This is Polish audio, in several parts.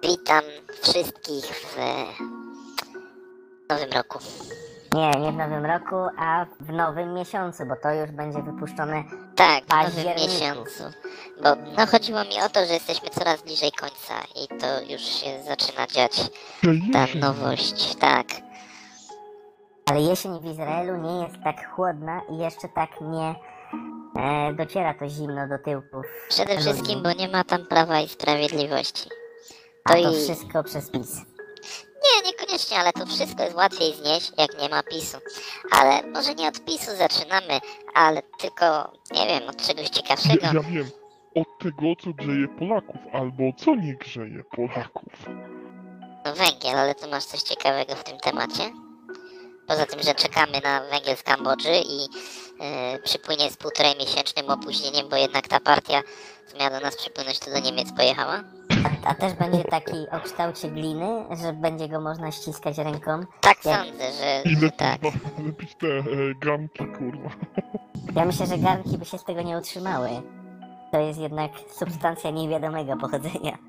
Witam wszystkich w nowym roku. Nie w nowym roku, a w nowym miesiącu, bo to już będzie wypuszczone Tak, w nowym październiku. miesiącu. Bo chodziło mi o to, że jesteśmy coraz bliżej końca i to już się zaczyna dziać ta nowość, tak. Ale jesień w Izraelu nie jest tak chłodna i jeszcze tak nie dociera to zimno do tyłków Przede ludzi. wszystkim, bo nie ma tam Prawa i Sprawiedliwości. A to i- wszystko przez PiS. Nie, niekoniecznie, ale to wszystko jest łatwiej znieść, jak nie ma PiSu. Ale może nie od PiSu zaczynamy, ale tylko, nie wiem, od czegoś ciekawszego. Ja wiem, od tego, co grzeje Polaków, albo co nie grzeje Polaków. No węgiel, ale tu masz coś ciekawego w tym temacie? Poza tym, że czekamy na węgiel z Kambodży i przypłynie z 1,5-miesięcznym opóźnieniem, bo jednak ta partia, co miała do nas przypłynąć, to do Niemiec pojechała. A też będzie taki o kształcie gliny, że będzie go można ściskać ręką. Tak Jak- sądzę, że Ile tak. lepić te garnki, kurwa. Ja myślę, że garnki by się z tego nie utrzymały. To jest jednak substancja niewiadomego pochodzenia.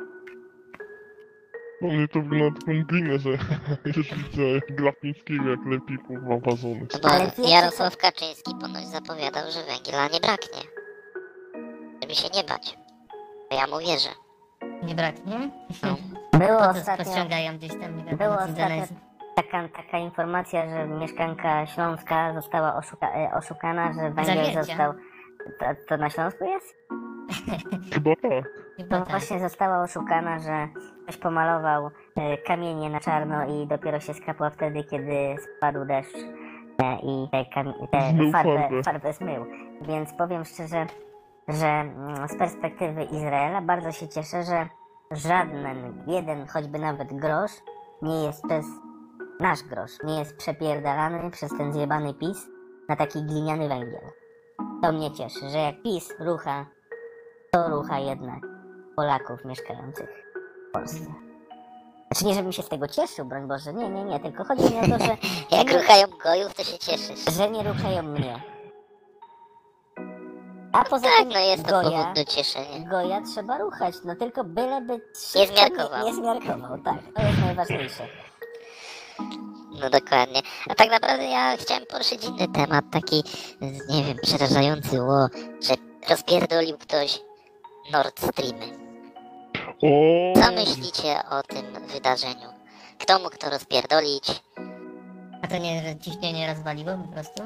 No mnie to wygląda na taką glinę, że już widzę Glapińskiego jak lepi, kurwa, wazony. No bo Ale wiecie, Jarosław Kaczyński ponoć zapowiadał, że węgla nie braknie. Żeby się nie bać. To ja mu wierzę. Nie braknie? No. Było Po co ostatnio... podciągają gdzieś tam, nie Było wiadomo, z ostatnio Indonezji. taka informacja, że mieszkanka Śląska została oszukana, że węgiel Zawiercia. został... To na Śląsku jest? Chyba tak. Chyba To tak. właśnie została oszukana, że ktoś pomalował kamienie na czarno i dopiero się skapła wtedy, kiedy spadł deszcz i te Zmył farbę. farbę zmył. Więc powiem szczerze, że z perspektywy Izraela bardzo się cieszę, że żaden, jeden, choćby nawet grosz nie jest przez nasz grosz, nie jest przepierdalany przez ten zjebany PiS na taki gliniany węgiel. To mnie cieszy, że jak PiS rucha, to rucha jednak Polaków mieszkających w Polsce. Znaczy nie, żebym się z tego cieszył, broń Boże, nie, tylko chodzi mi o to, że Jak ruchają gojów, to się cieszysz. że nie ruchają mnie. A poza Tak, tym no jest to Goja, powód do cieszenia. Goja trzeba ruchać, no tylko byleby Nie zmiarkował. nie zmiarkował, tak, to jest najważniejsze. No dokładnie. A tak naprawdę ja chciałem poruszyć inny temat, taki, nie wiem, przerażający, że rozpierdolił ktoś Nord Streamy. O, Co myślicie o tym wydarzeniu? Kto mógł to rozpierdolić? A to nie, że ciśnienie rozwaliło po prostu?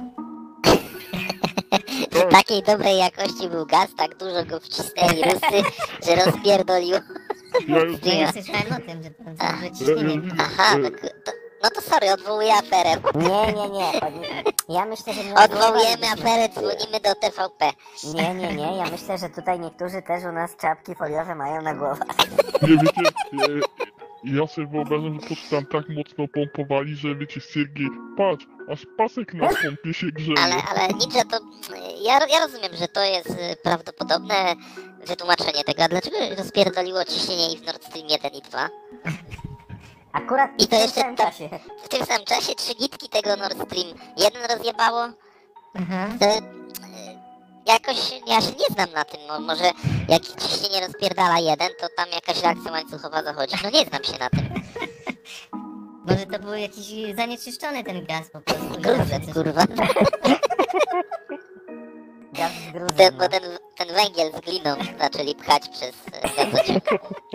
Takiej dobrej jakości był gaz, tak dużo go wcisnęli Rusy, że rozpierdolił. ja już Ja Ja- nie słyszałem o tym, że to że ja ciśnienie... widzę, Aha, no to sorry, odwołuję aferę. Nie. Ja myślę, że nie Odwołujemy aferę, dzwonimy do TVP. Nie. Ja myślę, że tutaj niektórzy też u nas czapki foliowe mają na głowach. nie wiecie, ja sobie wyobrażam, że to tam tak mocno pompowali, że wiecie, Siergiej, patrz, aż pasek na pompie się grzeje. Ale Ninja to... Ja rozumiem, że to jest prawdopodobne wytłumaczenie tego. A dlaczego rozpierdoliło ciśnienie i w Nord Stream 1 i 2? Akurat I to w jeszcze tym tak- czasie. W tym samym czasie 3 gitki tego Nord Stream 1 rozjebało. Aha. To, jakoś ja się nie znam na tym. Może jak ciśnienie rozpierdala 1, to tam jakaś reakcja łańcuchowa zachodzi. No nie znam się na tym. Może to był jakiś zanieczyszczony ten gaz po prostu. Gruzem, kurwa. Gaz z gruzem. Bo ten węgiel z gliną zaczęli pchać przez gazociąg.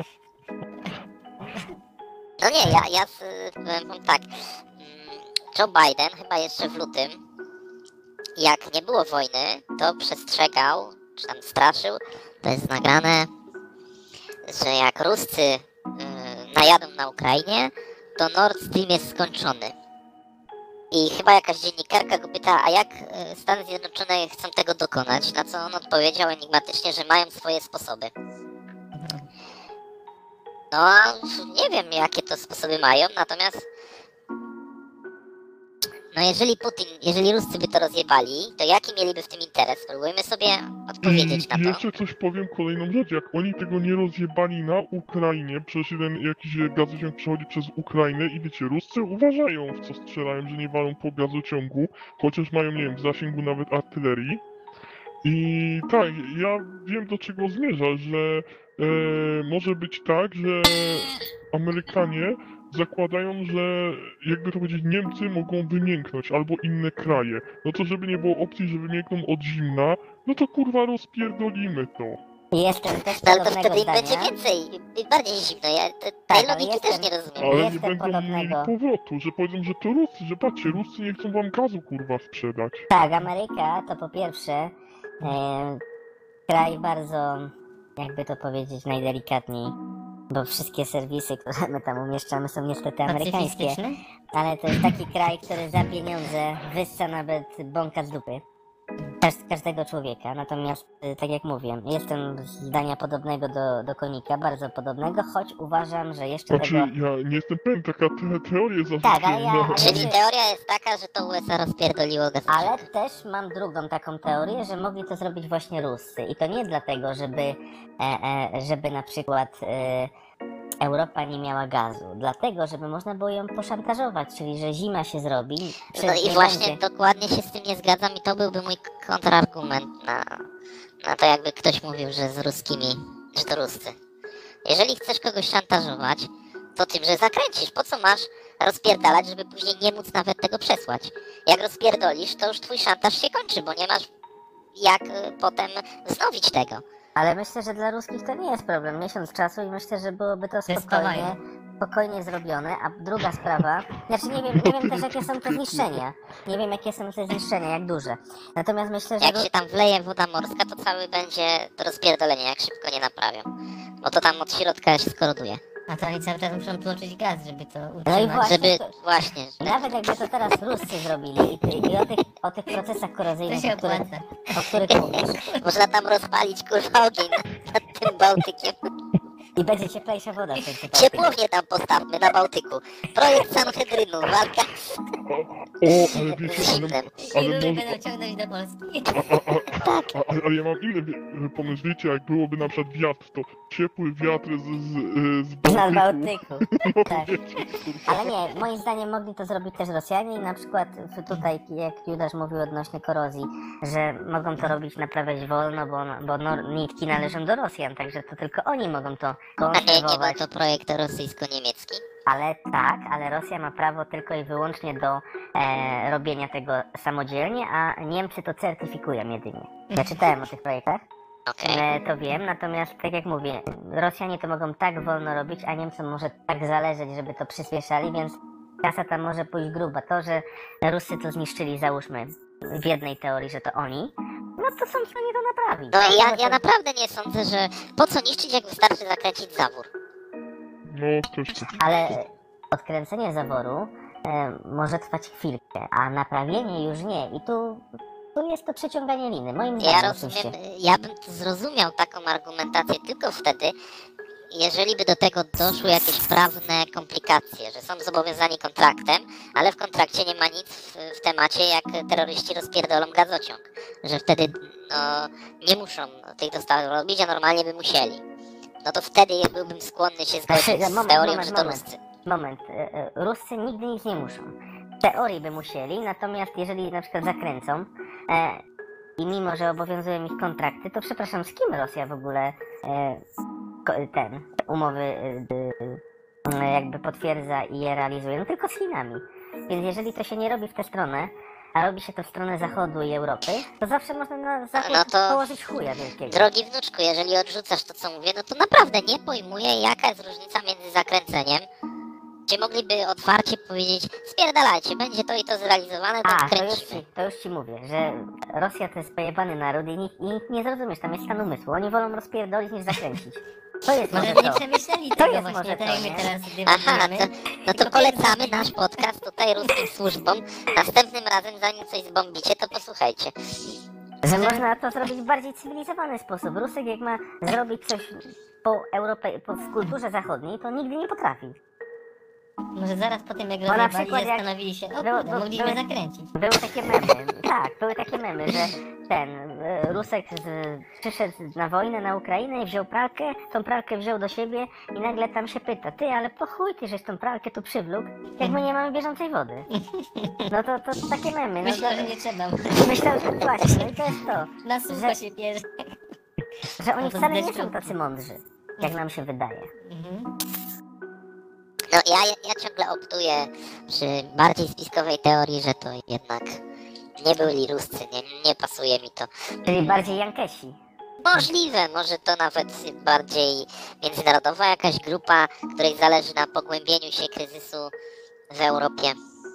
No nie, powiem wam tak. Joe Biden chyba jeszcze w lutym, jak nie było wojny, to przestrzegał, czy tam straszył, to jest nagrane, że jak Ruscy najadą na Ukrainie, to Nord Stream jest skończony. I chyba jakaś dziennikarka go pyta, a jak Stany Zjednoczone chcą tego dokonać? Na co on odpowiedział enigmatycznie, że mają swoje sposoby. No, nie wiem jakie to sposoby mają, natomiast no jeżeli Ruscy by to rozjebali, to jaki mieliby w tym interes? Spróbujmy sobie odpowiedzieć na I to. jeszcze coś powiem, kolejną rzecz, jak oni tego nie rozjebali na Ukrainie, przecież jakiś gazociąg przechodzi przez Ukrainę i wiecie, Ruscy uważają w co strzelają, że nie walą po gazociągu, chociaż mają, nie wiem, w zasięgu nawet artylerii, I tak, ja wiem do czego zmierza, że może być tak, że Amerykanie zakładają, że jakby to powiedzieć, Niemcy mogą wymięknąć albo inne kraje. No to żeby nie było opcji, że wymiękną od zimna, no to kurwa rozpierdolimy to. Jestem też No ale to podobnego wtedy im zdania. będzie więcej, i bardziej zimno. Ja tej ale logiki jestem- też nie rozumiem. Ale nie Jestem będą mieli podobnego. powrotu, że powiedzą, że to Ruscy, że patrzcie, Ruscy nie chcą wam gazu kurwa sprzedać. Tak, Ameryka to po pierwsze kraj bardzo, jakby to powiedzieć najdelikatniej, bo wszystkie serwisy, które my tam umieszczamy są niestety amerykańskie, Pacyfistyczny? ale to jest taki kraj, który za pieniądze wyssa nawet bąka z dupy. Każdego człowieka, natomiast tak jak mówię, jestem zdania podobnego do konika, bardzo podobnego, choć uważam, że jeszcze Znaczy, tego... ja nie jestem pewien, taka teoria Tak, ale ja- ale- Czyli teoria jest taka, że to USA rozpierdoliło gazociąg. Ale też mam drugą taką teorię, że mogli to zrobić właśnie Ruscy. I to nie dlatego, żeby na przykład Europa nie miała gazu. Dlatego, żeby można było ją poszantażować, czyli że zima się zrobi. No i nie właśnie będzie- dokładnie się z tym nie zgadzam i to byłby mój kontrargument na to, jakby ktoś mówił, że z ruskimi, że to Ruscy. Jeżeli chcesz kogoś szantażować, to tym, że zakręcisz. Po co masz rozpierdalać, żeby później nie móc nawet tego przesłać? Jak rozpierdolisz, to już twój szantaż się kończy, bo nie masz jak potem wznowić tego. Ale myślę, że dla ruskich to nie jest problem. Miesiąc czasu i myślę, że byłoby to spokojnie zrobione. A druga sprawa, znaczy nie wiem też jakie są te zniszczenia. Nie wiem jakie są te zniszczenia, jak duże. Natomiast myślę, że... Jak się tam wleje woda morska, to cały będzie do rozpierdolenia, jak szybko nie naprawią. Bo to tam od środka się skoroduje. A to oni cały czas muszą tłoczyć gaz, żeby to No i utrzymać. właśnie. Żeby właśnie, Nawet jakby to teraz Ruscy zrobili i o tych procesach To korozyjnych, się o których, opłaca. o których mówisz, można tam rozpalić kurwa ogień nad tym Bałtykiem. i będzie cieplejsza woda w tej sytuacji. Ciepłownię tam postawmy na Bałtyku. Projekt Sanhedrynu, walka O, ale wiecie, z zimnem. ale I rury może, będą ciągnąć do Polski. ale ja mam inny pomysł, wiecie, jak byłoby na przykład wiatr, to ciepły wiatr z Na Bałtyku. Bałtyku. Tak. Wiecie, kurwa. Ale nie, moim zdaniem mogli to zrobić też Rosjanie i na przykład tutaj, jak Judasz mówił odnośnie korozji, że mogą to robić, naprawiać wolno, bo nitki należą do Rosjan, także to tylko oni mogą to A nie był konserwować. to projekt rosyjsko-niemiecki? Ale tak, ale Rosja ma prawo tylko i wyłącznie do robienia tego samodzielnie, a Niemcy to certyfikują jedynie. Ja czytałem o tych projektach, Okej. to wiem, natomiast tak jak mówię, Rosjanie to mogą tak wolno robić, a Niemcom może tak zależeć, żeby to przyspieszali, więc kasa tam może pójść gruba. To, że Rusy to zniszczyli, załóżmy, w jednej teorii, że to oni, no to są w stanie to naprawić. No ja to- naprawdę nie sądzę, że po co niszczyć, jak wystarczy zakręcić zawór. No, też tak. Ale odkręcenie zaworu może trwać chwilkę, a naprawienie już nie. I tu jest to przeciąganie liny, moim zdaniem Ja oczywiście. rozumiem, ja bym zrozumiał taką argumentację tylko wtedy, jeżeli by do tego doszły jakieś prawne komplikacje, że są zobowiązani kontraktem, ale w kontrakcie nie ma nic w temacie, jak terroryści rozpierdolą gazociąg. Że wtedy no, nie muszą tych dostaw robić, a normalnie by musieli. No to wtedy byłbym skłonny się zgodzić z Moment, teorią, moment, że to moment. Ruscy. Moment, Ruscy nigdy nic nie muszą. W teorii by musieli, natomiast jeżeli na przykład zakręcą i mimo, że obowiązują ich kontrakty, to przepraszam, z kim Rosja w ogóle ten umowy jakby potwierdza i je realizuje? No tylko z Chinami. Więc jeżeli to się nie robi w tę stronę, a robi się to w stronę Zachodu i Europy, to zawsze można na Zachód No to- położyć chuja wielkiego. Drogi wnuczku, jeżeli odrzucasz to, co mówię, no to naprawdę nie pojmuję, jaka jest różnica między zakręceniem, gdzie mogliby otwarcie powiedzieć, spierdalajcie, będzie to i to zrealizowane, to A, kręcimy. to już ci mówię, że Rosja to jest pojebany naród i nikt nie zrozumiesz, tam jest stan umysłu. Oni wolą rozpierdolić niż zakręcić. To jest Może może nie to. przemyśleli To tego jest właśnie, może tak to, jak my nie? teraz Aha, dywagnujemy. no to polecamy nasz podcast tutaj ruskim służbom. Następnym razem, zanim coś zbombicie, to posłuchajcie. Że można to zrobić w bardziej cywilizowany sposób. Rusek jak ma zrobić coś w kulturze zachodniej, to nigdy nie potrafi. Może zaraz po tym, jak Bo na rozjebali, przykład jak- zastanowili się, o było- kurde, mogliśmy były- zakręcić. Były takie memy, tak, były takie memy, że Rusek przyszedł na wojnę na Ukrainę i wziął pralkę, tą pralkę wziął do siebie i nagle tam się pyta, ty, ale po chuj ty, żeś tą pralkę tu przywlókł, jak my nie mamy bieżącej wody. No to takie memy. No Myślę, że nie trzeba. myślał, że właśnie, no i to jest to, Na sucho się bierze. że oni No to wcale nie zdeszczu- są tacy mądrzy, jak nam się wydaje. Mhm. No ja ciągle optuję przy bardziej spiskowej teorii, że to jednak nie byli Ruscy, nie pasuje mi to. Czyli bardziej Jankesi. Możliwe, może to nawet bardziej międzynarodowa jakaś grupa, której zależy na pogłębieniu się kryzysu w Europie.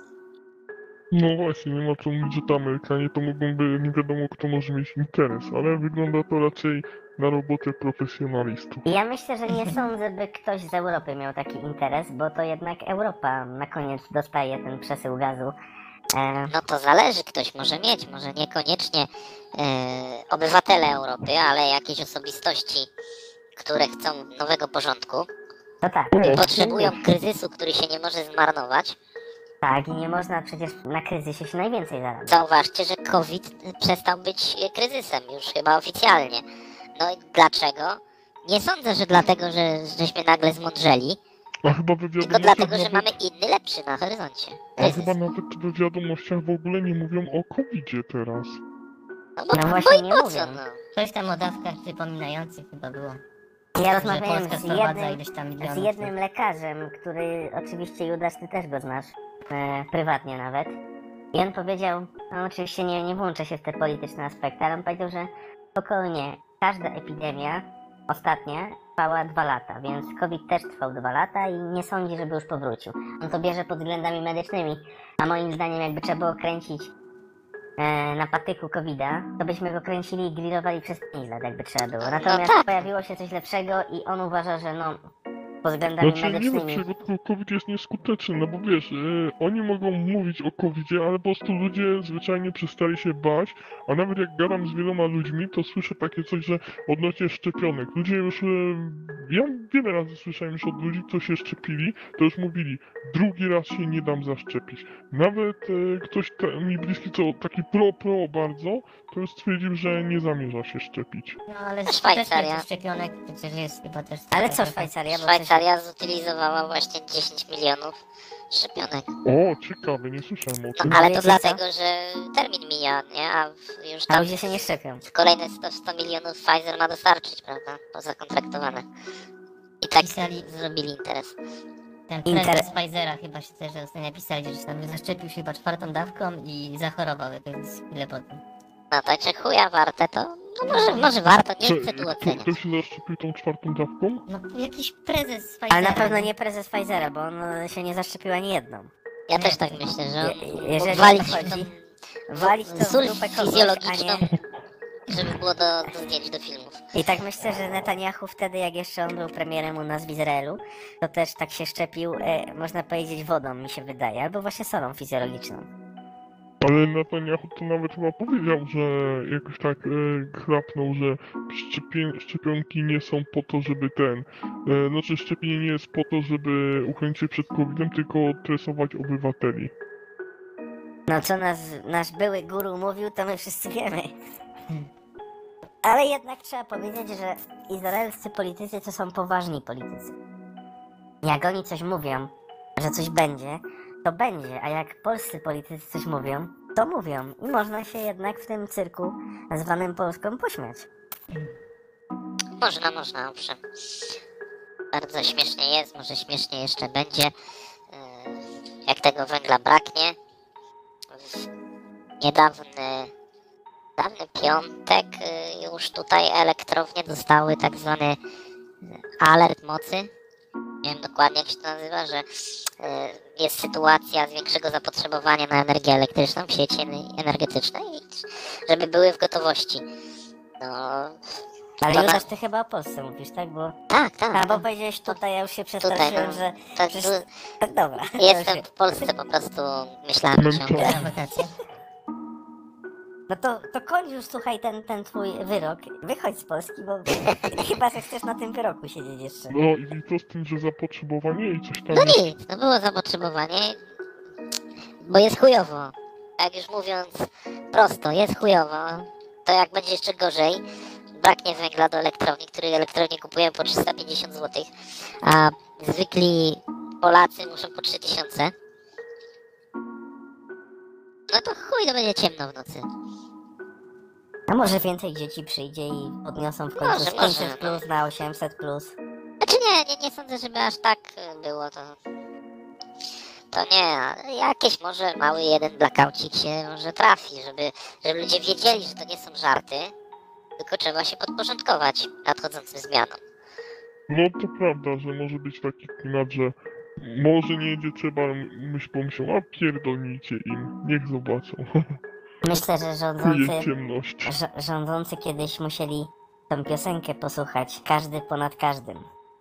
No właśnie, nie ma co mówić, że to Amerykanie to mogą by, nie wiadomo kto może mieć interes, ale wygląda to raczej na robotę profesjonalistów. Ja myślę, że nie sądzę, by ktoś z Europy miał taki interes, bo to jednak Europa na koniec dostaje ten przesył gazu. No to zależy, ktoś może mieć, może niekoniecznie obywatele Europy, ale jakieś osobistości, które chcą nowego porządku To tak, i potrzebują kryzysu, który się nie może zmarnować. tak, i nie można przecież na kryzysie się najwięcej zarabiać. Zauważcie, że COVID przestał być kryzysem już chyba oficjalnie. No i dlaczego? Nie sądzę, że dlatego, żeśmy nagle zmądrzeli, A chyba we tylko wiadomościach dlatego, że nawet, mamy inny, lepszy na horyzoncie. a Kryzys. chyba nawet we wiadomościach w ogóle nie mówią o COVID-zie teraz. No, No właśnie nie po co, mówią. no? Coś tam o dawkach przypominających chyba było. Ja Że rozmawiałem Polska z wprowadza jednym, ileś tam z milionów. jednym lekarzem, który oczywiście Judasz, ty też go znasz, prywatnie nawet. I on powiedział, on oczywiście nie włącza się w te polityczne aspekty, ale on powiedział, że spokojnie, każda epidemia ostatnia trwała 2 lata, więc COVID też trwał 2 lata i nie sądzi, żeby już powrócił. On to bierze pod względami medycznymi, a moim zdaniem jakby trzeba było kręcić na patyku COVID-a, to byśmy go kręcili i grillowali przez 5 lat, jakby trzeba było. Natomiast tak. pojawiło się coś lepszego i on uważa, że no, pod względami Znaczy nie wiem, medycznymi. czego COVID jest nieskuteczny, no bo wiesz, oni mogą mówić o COVID-zie, ale po prostu ludzie zwyczajnie przestali się bać, a nawet jak gadam z wieloma ludźmi, to słyszę takie coś, że odnośnie szczepionek. Ludzie już, ja wiele razy słyszałem już od ludzi, co się szczepili, to już mówili, drugi raz się nie dam zaszczepić. Nawet ktoś mi bliski, co taki pro bardzo, to już stwierdził, że nie zamierza się szczepić. No ale Szwajcaria. Szwajcaria. Szczepionek przecież jest chyba też... Ale co trochę- Szwajcaria? Bo przecież Szwajcaria zutylizowała właśnie 10 milionów szczepionek. O, ciekawe, nie słyszałem o No tym. ale wiecie to co? dlatego, że termin mija, nie? A już a tam ludzie się nie szczepią. w kolejne 100 milionów Pfizer ma dostarczyć, prawda? Pozakontraktowane. I tak Pisali- zrobili interes. Ten Inter- prezes Pfizera chyba się też ostatnio napisali, że tam zaszczepił się chyba 4. dawką i zachorował jakoś chwilę potem. No to czy chuja warte to? No może warto, nie chcę tu oceniać. Kto się zaszczepił tą 4. dawką? No jakiś prezes Pfizera. Ale na pewno nie prezes Pfizera, bo on się nie zaszczepił ani jedną. Ja też tak myślę, że Jeżeli o walić to chodzi, tą walić to w sól dupę kogoś, fizjologiczną, a nie... żeby było do zdjęć do filmów. I tak myślę, że Netanyahu wtedy, jak jeszcze on był premierem u nas w Izraelu, to też tak się szczepił, można powiedzieć, wodą, mi się wydaje, albo właśnie solą fizjologiczną. Ale Netanyahu to nawet chyba powiedział, że jakoś tak chrapnął, że szczepionki nie są po to, żeby znaczy szczepienie nie jest po to, żeby uchronić się przed COVID-em, tylko tresować obywateli. No co nasz były guru mówił, to my wszyscy wiemy. Ale jednak trzeba powiedzieć, że izraelscy politycy to są poważni politycy. Jak oni coś mówią, że coś będzie, to będzie, a jak polscy politycy coś mówią, to mówią. I można się jednak w tym cyrku zwanym Polską pośmiać. Można, owszem. Bardzo śmiesznie jest, może śmiesznie jeszcze będzie. Jak tego węgla braknie. W dawny piątek już tutaj elektrownie dostały tak zwany alert mocy. Nie wiem dokładnie jak się to nazywa, że jest sytuacja większego zapotrzebowania na energię elektryczną w sieci energetycznej, żeby były w gotowości. No, Ale To na- Judasz, ty chyba o Polsce mówisz, tak? Bo... tak. A, bo powiedziałeś tutaj, ja już się przestraszyłem, no. że... To, Przecież... Dobra. jestem w Polsce, po prostu myślałem ciągle. Na wakacje. No to kończ już, słuchaj, ten twój wyrok. Wychodź z Polski, bo chyba, że chcesz na tym wyroku siedzieć jeszcze. No i co z tym, że zapotrzebowanie i coś tam... No nic, no było zapotrzebowanie, bo jest chujowo. Jak już mówiąc prosto, jest chujowo. to jak będzie jeszcze gorzej, braknie węgla do elektrowni, który elektrownie kupują po 350 zł, a zwykli Polacy muszą po 3000. No to chuj, to będzie ciemno w nocy. A może więcej dzieci przyjdzie i podniosą w końcu Może, z 500 może, plus na 800 plus. Znaczy nie sądzę, żeby aż tak było to. To nie, ale jakieś może mały jeden blackoucik się może trafi, żeby ludzie wiedzieli, że to nie są żarty, tylko trzeba się podporządkować nadchodzącym zmianom. No to prawda, że może być taki klimat, że może nie będzie trzeba, pomyślą, a pierdolnijcie im, niech zobaczą. Myślę, że Kuje ciemność. rządzący kiedyś musieli tą piosenkę posłuchać, każdy ponad każdym.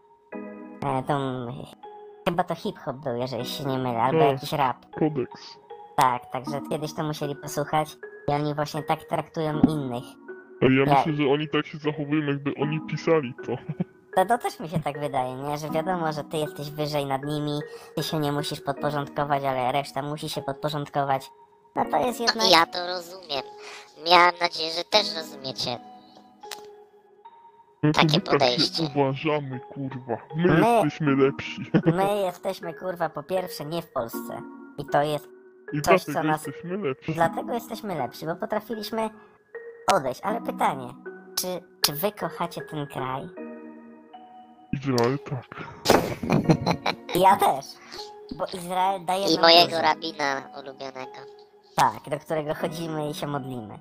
Chyba to hip-hop był, jeżeli się nie mylę, albo Tak. jakiś rap. Kodeks. Tak, także kiedyś to musieli posłuchać i oni właśnie tak traktują innych. A ja Ja- myślę, że oni tak się zachowują, jakby oni pisali to. To też mi się tak wydaje, nie? Że wiadomo, że ty jesteś wyżej nad nimi, ty się nie musisz podporządkować, ale reszta musi się podporządkować. No to jest jednak... Ja to rozumiem. Miałem nadzieję, że też rozumiecie. No to Takie my tak podejście. się uważamy, kurwa. My My- jesteśmy lepsi. My jesteśmy, kurwa, po pierwsze nie w Polsce. I to jest... I Coś, co dlatego nas- jesteśmy lepsi. Dlatego jesteśmy lepsi, bo potrafiliśmy odejść. Ale pytanie, czy wy kochacie ten kraj? Izrael tak. Ja też. Bo Izrael daje I nam mojego dużo. rabina ulubionego. Tak, do którego chodzimy i się modlimy.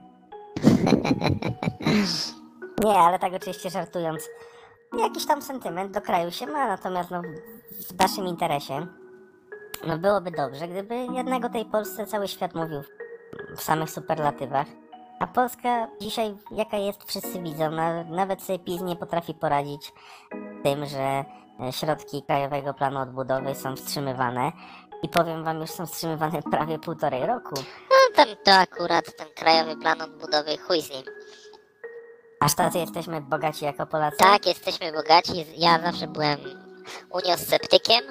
Nie, ale tak oczywiście żartując, jakiś tam sentyment do kraju się ma, natomiast no, w naszym interesie no byłoby dobrze, gdyby jednak o tej Polsce cały świat mówił w samych superlatywach. A Polska dzisiaj, jaka jest, wszyscy widzą, nawet sobie PiS nie potrafi poradzić z tym, że środki Krajowego Planu Odbudowy są wstrzymywane. I powiem wam, już są wstrzymywane prawie 1,5 roku. No tam to akurat ten krajowy plan odbudowy, chuj z nim. Aż tacy jesteśmy bogaci jako Polacy? Tak, jesteśmy bogaci. Ja zawsze byłem uniosceptykiem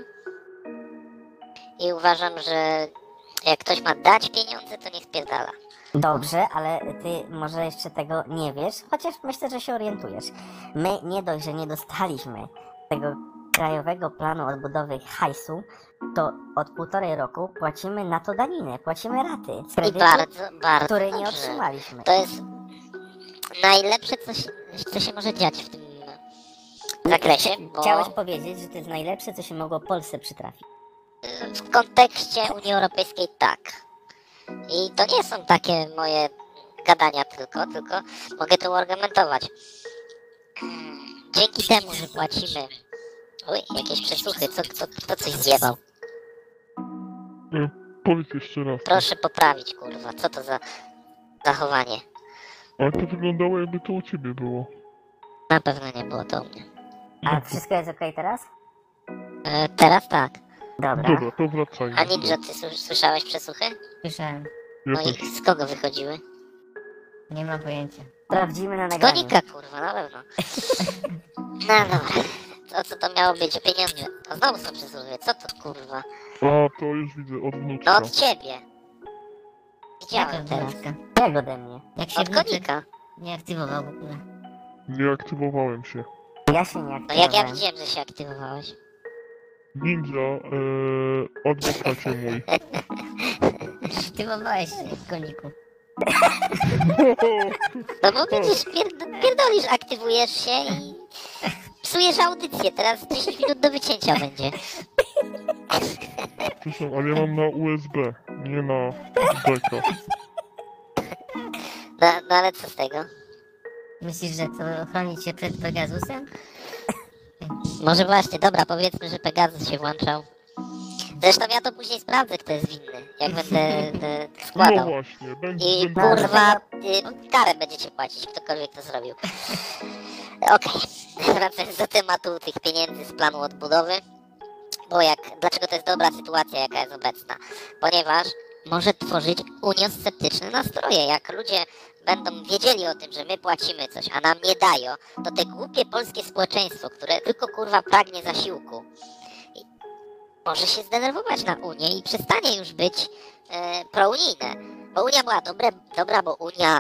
i uważam, że jak ktoś ma dać pieniądze, to niech spierdala. Dobrze, ale ty może jeszcze tego nie wiesz, chociaż myślę, że się orientujesz. My nie dość, że nie dostaliśmy tego Krajowego Planu Odbudowy hajsu, to od 1,5 roku płacimy na to daninę, płacimy raty z I kredytu, bardzo który nie dobrze. otrzymaliśmy. To jest najlepsze, co się może dziać w tym zakresie, bo Chciałeś powiedzieć, że to jest najlepsze, co się mogło Polsce przytrafić. w kontekście Unii Europejskiej tak. I to nie są takie moje gadania tylko mogę to uargumentować. Dzięki temu, że płacimy... Uj, jakieś przesłuchy, kto coś zjebał? Powiedz jeszcze raz. Proszę poprawić, kurwa, co to za zachowanie? Ale to wyglądało, jakby to u ciebie było. Na pewno nie było to u mnie. A wszystko jest okej teraz? Teraz tak. Dobra. Dobra, to wracajmy. A Ninja, ty słyszałeś przesłuchy? Słyszałem. Ja No też. i z kogo wychodziły? Nie mam pojęcia. Sprawdzimy na Z nagraniu. konika, kurwa, na pewno. No dobra. To co to miało być? Pieniądze. O, znowu są przesłuchy. Co to, kurwa? A, to już widzę, od No wnuczka. od ciebie. Jaka Widziałem teraz. wnuczka? Jak ode mnie? Jak się Od wnuczek konika. nie aktywował w ogóle. Nie aktywowałem się. Ja się nie No jak ja aktywowałem. widziałem, że się aktywowałeś. Ninja, adwokacie mój. Aktywowałeś się, koniku. No bo widzisz, pierdolisz, aktywujesz się i psujesz audycję. Teraz 10 minut do wycięcia będzie. Przepraszam, ale ja mam na USB, nie na beka. No ale co z tego? Myślisz, że to ochronić się przed Pegasusem? Może właśnie, dobra, powiedzmy, że Pegasus się włączał. Zresztą ja to później sprawdzę, kto jest winny, jak będę No składał. właśnie, I będę... kurwa, karę będziecie płacić, ktokolwiek to zrobił. Okej, wracając do tematu tych pieniędzy z planu odbudowy. Bo dlaczego to jest dobra sytuacja, jaka jest obecna? Ponieważ może tworzyć uniosceptyczne nastroje. Jak ludzie będą wiedzieli o tym, że my płacimy coś, a nam nie dają, to te głupie polskie społeczeństwo, które tylko kurwa pragnie zasiłku, może się zdenerwować na Unię i przestanie już być prounijne. Bo Unia była dobra, bo Unia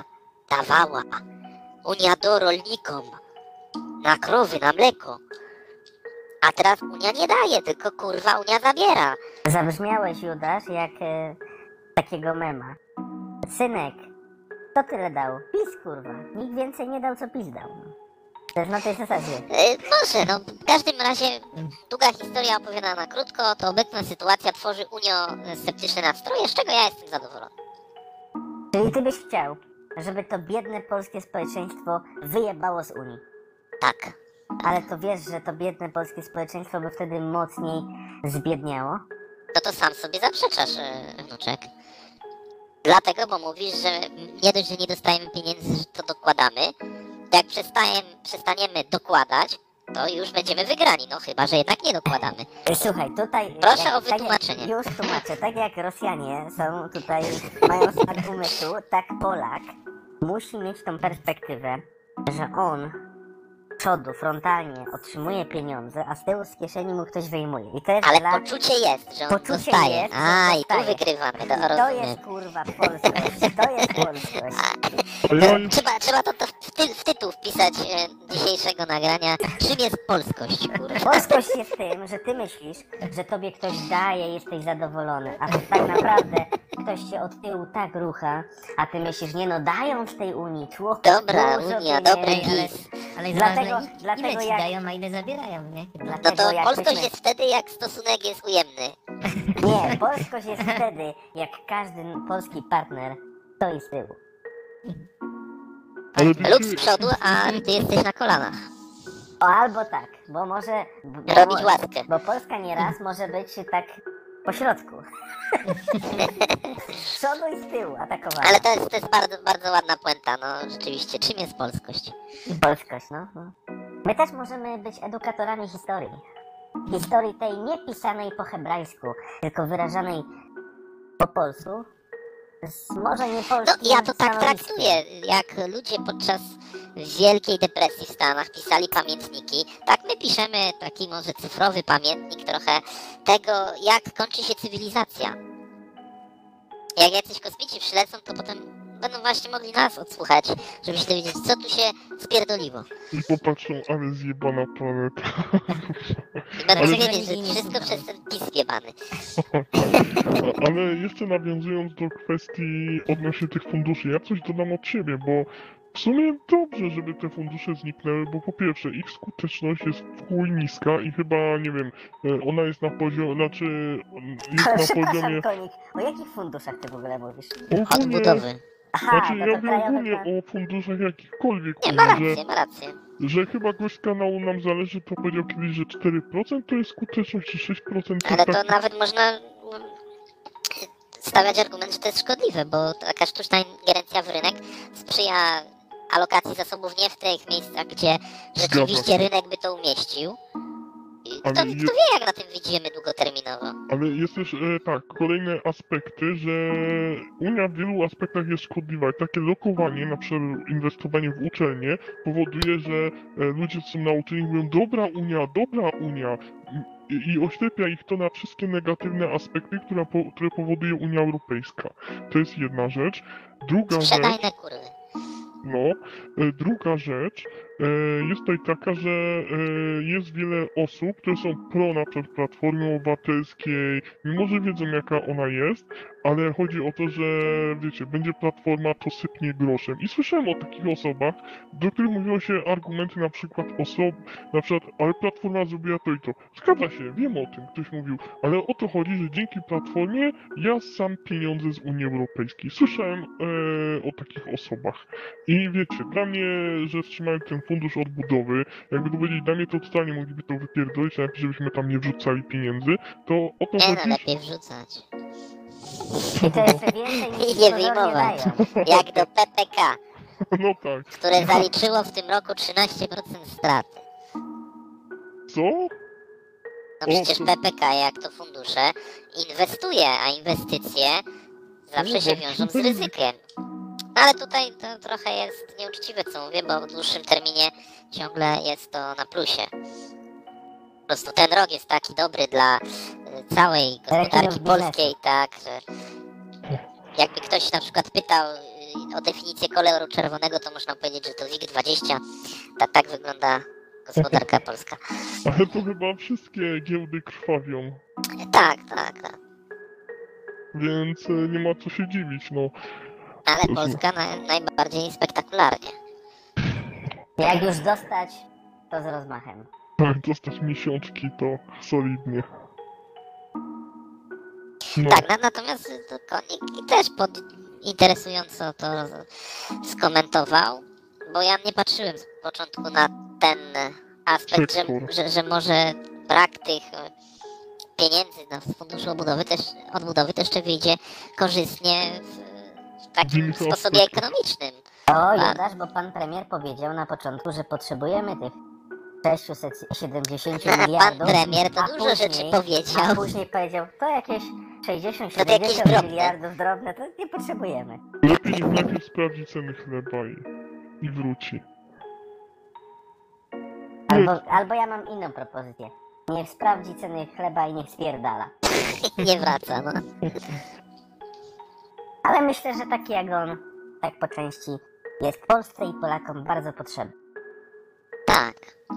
dawała Unia do rolnikom na krowy, na mleko. A teraz Unia nie daje, tylko kurwa Unia zabiera. Zabrzmiałeś, Judasz, jak takiego mema. Synek, kto tyle dał? PiS, kurwa. Nikt więcej nie dał, co PiS dał. No. To jest na tej zasadzie. Może, no w każdym razie długa historia opowiadana krótko, to obecna sytuacja tworzy unio-sceptyczne nastroje, z czego ja jestem zadowolony. Czyli ty byś chciał, żeby to biedne polskie społeczeństwo wyjebało z Unii. Tak. Ale to wiesz, że to biedne polskie społeczeństwo by wtedy mocniej zbiedniało? No to sam sobie zaprzeczasz, wnuczek. Dlatego, bo mówisz, że nie dość, że nie dostajemy pieniędzy, że to dokładamy, to jak przestaniemy dokładać, to już będziemy wygrani, no chyba, że jednak nie dokładamy. Słuchaj, tutaj... Proszę o tak wytłumaczenie. Już tłumaczę. Tak jak Rosjanie są tutaj, mają smak umysłu, tak Polak musi mieć tą perspektywę, że on z przodu, frontalnie otrzymuje pieniądze, a z tyłu z kieszeni mu ktoś wyjmuje. I to jest Ale dla... poczucie jest, że on Poczucie dostaje. jest, że A, i tu dostaje. wygrywamy, to I to rozumiem. jest kurwa polskość. To jest polskość. A ja jest, Trzeba to w tytuł wpisać dzisiejszego nagrania. Czym jest polskość, kurwa? Polskość jest tym, że ty myślisz, że tobie ktoś daje, jesteś zadowolony, a tak naprawdę ktoś się od tyłu tak rucha, a ty myślisz, nie no, dają z tej Unii, człowiek. Dobra, dużo Unia, pieniędzy. dobry ale, PiS. ale Dlatego- ważne, dlatego ile ci jak- dają, a ile zabierają, nie? No Dlatego to jak polskość byśmy- jest wtedy, jak stosunek jest ujemny. Nie, polskość jest wtedy, jak każdy polski partner stoi z tyłu. ale Lub z wiecie, przodu, a ty jesteś na kolanach. O, albo tak, bo może... Robić łaskę. Bo Polska nieraz może być tak po środku. Z przodu i z tyłu atakowana. Ale to jest bardzo, bardzo ładna puenta, no rzeczywiście. Czym jest polskość? Polskość, no. My też możemy być edukatorami historii. Historii tej nie pisanej po hebrajsku, tylko wyrażanej po polsku. Może nie No polskim ja to tak stanowiskiem. traktuję, jak ludzie podczas Wielkiej Depresji w Stanach pisali pamiętniki, tak my piszemy taki może cyfrowy pamiętnik trochę tego, jak kończy się cywilizacja. Jak jacyś kosmici przylecą, to potem będą właśnie mogli nas odsłuchać, żeby się dowiedzieć, co tu się spierdoliło. i popatrzą, ale zjebana planeta. I będą Ale- wiedzieć, że wszystko przez ten PiS jebany. Ale jeszcze nawiązując do kwestii odnośnie tych funduszy, ja coś dodam od siebie, bo w sumie dobrze, żeby te fundusze zniknęły, bo po pierwsze ich skuteczność jest w chuj niska i chyba, nie wiem, ona jest na poziomie, jest Ale na przepraszam, poziomie Konik, o jakich funduszach ty w ogóle mówisz? ogólnie, Odbudowy. Aha, znaczy no ja to wiem krajowy ogólnie plan. o funduszach jakichkolwiek, Nie, ma że, rację, ma rację. że chyba gość z kanału nam zależy, to powiedział kiedyś, że 4% to jest skuteczność, czy 6% Ale tak. to nawet można stawiać argument, że to jest szkodliwe, bo taka sztuczna ingerencja w rynek sprzyja alokacji zasobów nie w tych miejscach, gdzie rzeczywiście się. rynek by to umieścił. I Ale kto je- wie, jak na tym widzimy długoterminowo. Ale jest też tak, kolejne aspekty, że Unia w wielu aspektach jest szkodliwa i takie lokowanie, na przykład inwestowanie w uczelnie powoduje, że ludzie, co są na uczelni mówią dobra Unia i oślepia ich to na wszystkie negatywne aspekty, które powoduje Unia Europejska. To jest jedna rzecz. Druga rzecz, Sprzedajne kurwy. no, druga rzecz jest tutaj taka, że jest wiele osób, które są pro na przykład Platformy Obywatelskiej, mimo że wiedzą jaka ona jest, ale chodzi o to, że wiecie, będzie Platforma, to sypnie groszem. I słyszałem o takich osobach, do których mówiło się argumenty na przykład na przykład, ale Platforma zrobiła to i to. Zgadza się, wiem o tym, ktoś mówił, ale o to chodzi, że dzięki Platformie ja sam pieniądze z Unii Europejskiej. Słyszałem o takich osobach. I wiecie, dla mnie, że wstrzymają ten fundusz odbudowy, jakby to powiedzieć, dla mnie to totalnie mogliby to wypierdolić, nawet żebyśmy tam nie wrzucali pieniędzy, to o to Nie no, chodzi. lepiej wrzucać. I to jeszcze więcej niż I nie pozornie wyjmować. dają. Jak do PPK, No tak. które zaliczyło w tym roku 13% straty. Co? No przecież PPK, jak to fundusze, inwestuje, a inwestycje zawsze się wiążą z ryzykiem. No ale tutaj to trochę jest nieuczciwe, co mówię, bo w dłuższym terminie ciągle jest to na plusie. Po prostu ten rok jest taki dobry dla całej gospodarki biznesu. polskiej, tak, że jakby ktoś na przykład pytał, o definicję koloru czerwonego, to można powiedzieć, że to WIG20. Tak wygląda gospodarka polska. Ale to chyba wszystkie giełdy krwawią, Tak, tak. więc nie ma co się dziwić, no. Ale Polska najbardziej spektakularnie. Jak już dostać, to z rozmachem. Tak, dostać miesiączki to solidnie. No, Tak, natomiast to Konik też interesująco to skomentował, bo ja nie patrzyłem z początku na ten aspekt, że może brak tych pieniędzy na funduszu odbudowy też jeszcze wyjdzie korzystnie w takim innych sposobie aspektach. ekonomicznym. O, Jodasz, bo pan premier powiedział na początku, że potrzebujemy tych 670 Pan miliardów. premier to a dużo rzeczy powiedział. A później powiedział, to jakieś To jakieś 60-70 drobne. miliardów drobne, to nie potrzebujemy. lepiej najpierw sprawdzi ceny chleba i wróci. Albo ja mam inną propozycję. Niech sprawdzi ceny chleba i niech spierdala. Nie wraca, no. Ale myślę, że taki jak on, tak po części, jest Polsce i Polakom bardzo potrzebny. Tak.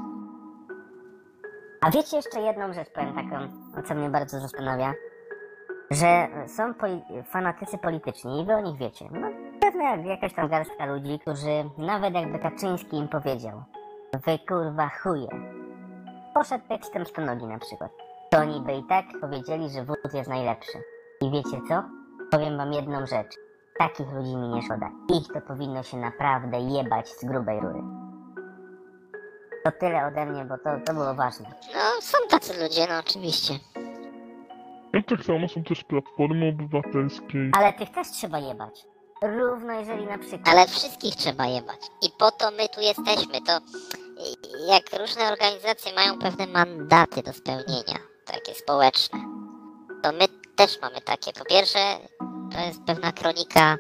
A wiecie jeszcze jedną rzecz, powiem taką, co mnie bardzo zastanawia, że są fanatycy polityczni i wy o nich wiecie. No, pewnie jakaś tam garstka ludzi, którzy nawet jakby Kaczyński im powiedział, wy kurwa chuje, poszedł tekstem 100 nogi na przykład, to oni by i tak powiedzieli, że wód jest najlepszy. I wiecie co? Powiem wam jedną rzecz. Takich ludzi mi nie szkoda. Ich to powinno się naprawdę jebać z grubej rury. To tyle ode mnie, bo to było ważne. No, są tacy ludzie, no oczywiście. No tak samo są też Platformy Obywatelskiej. Ale tych też trzeba jebać. Równo jeżeli na przykład... Ale wszystkich trzeba jebać. I po to my tu jesteśmy. To jak różne organizacje mają pewne mandaty do spełnienia, takie społeczne, to my też mamy takie. Po pierwsze, to jest pewna kronika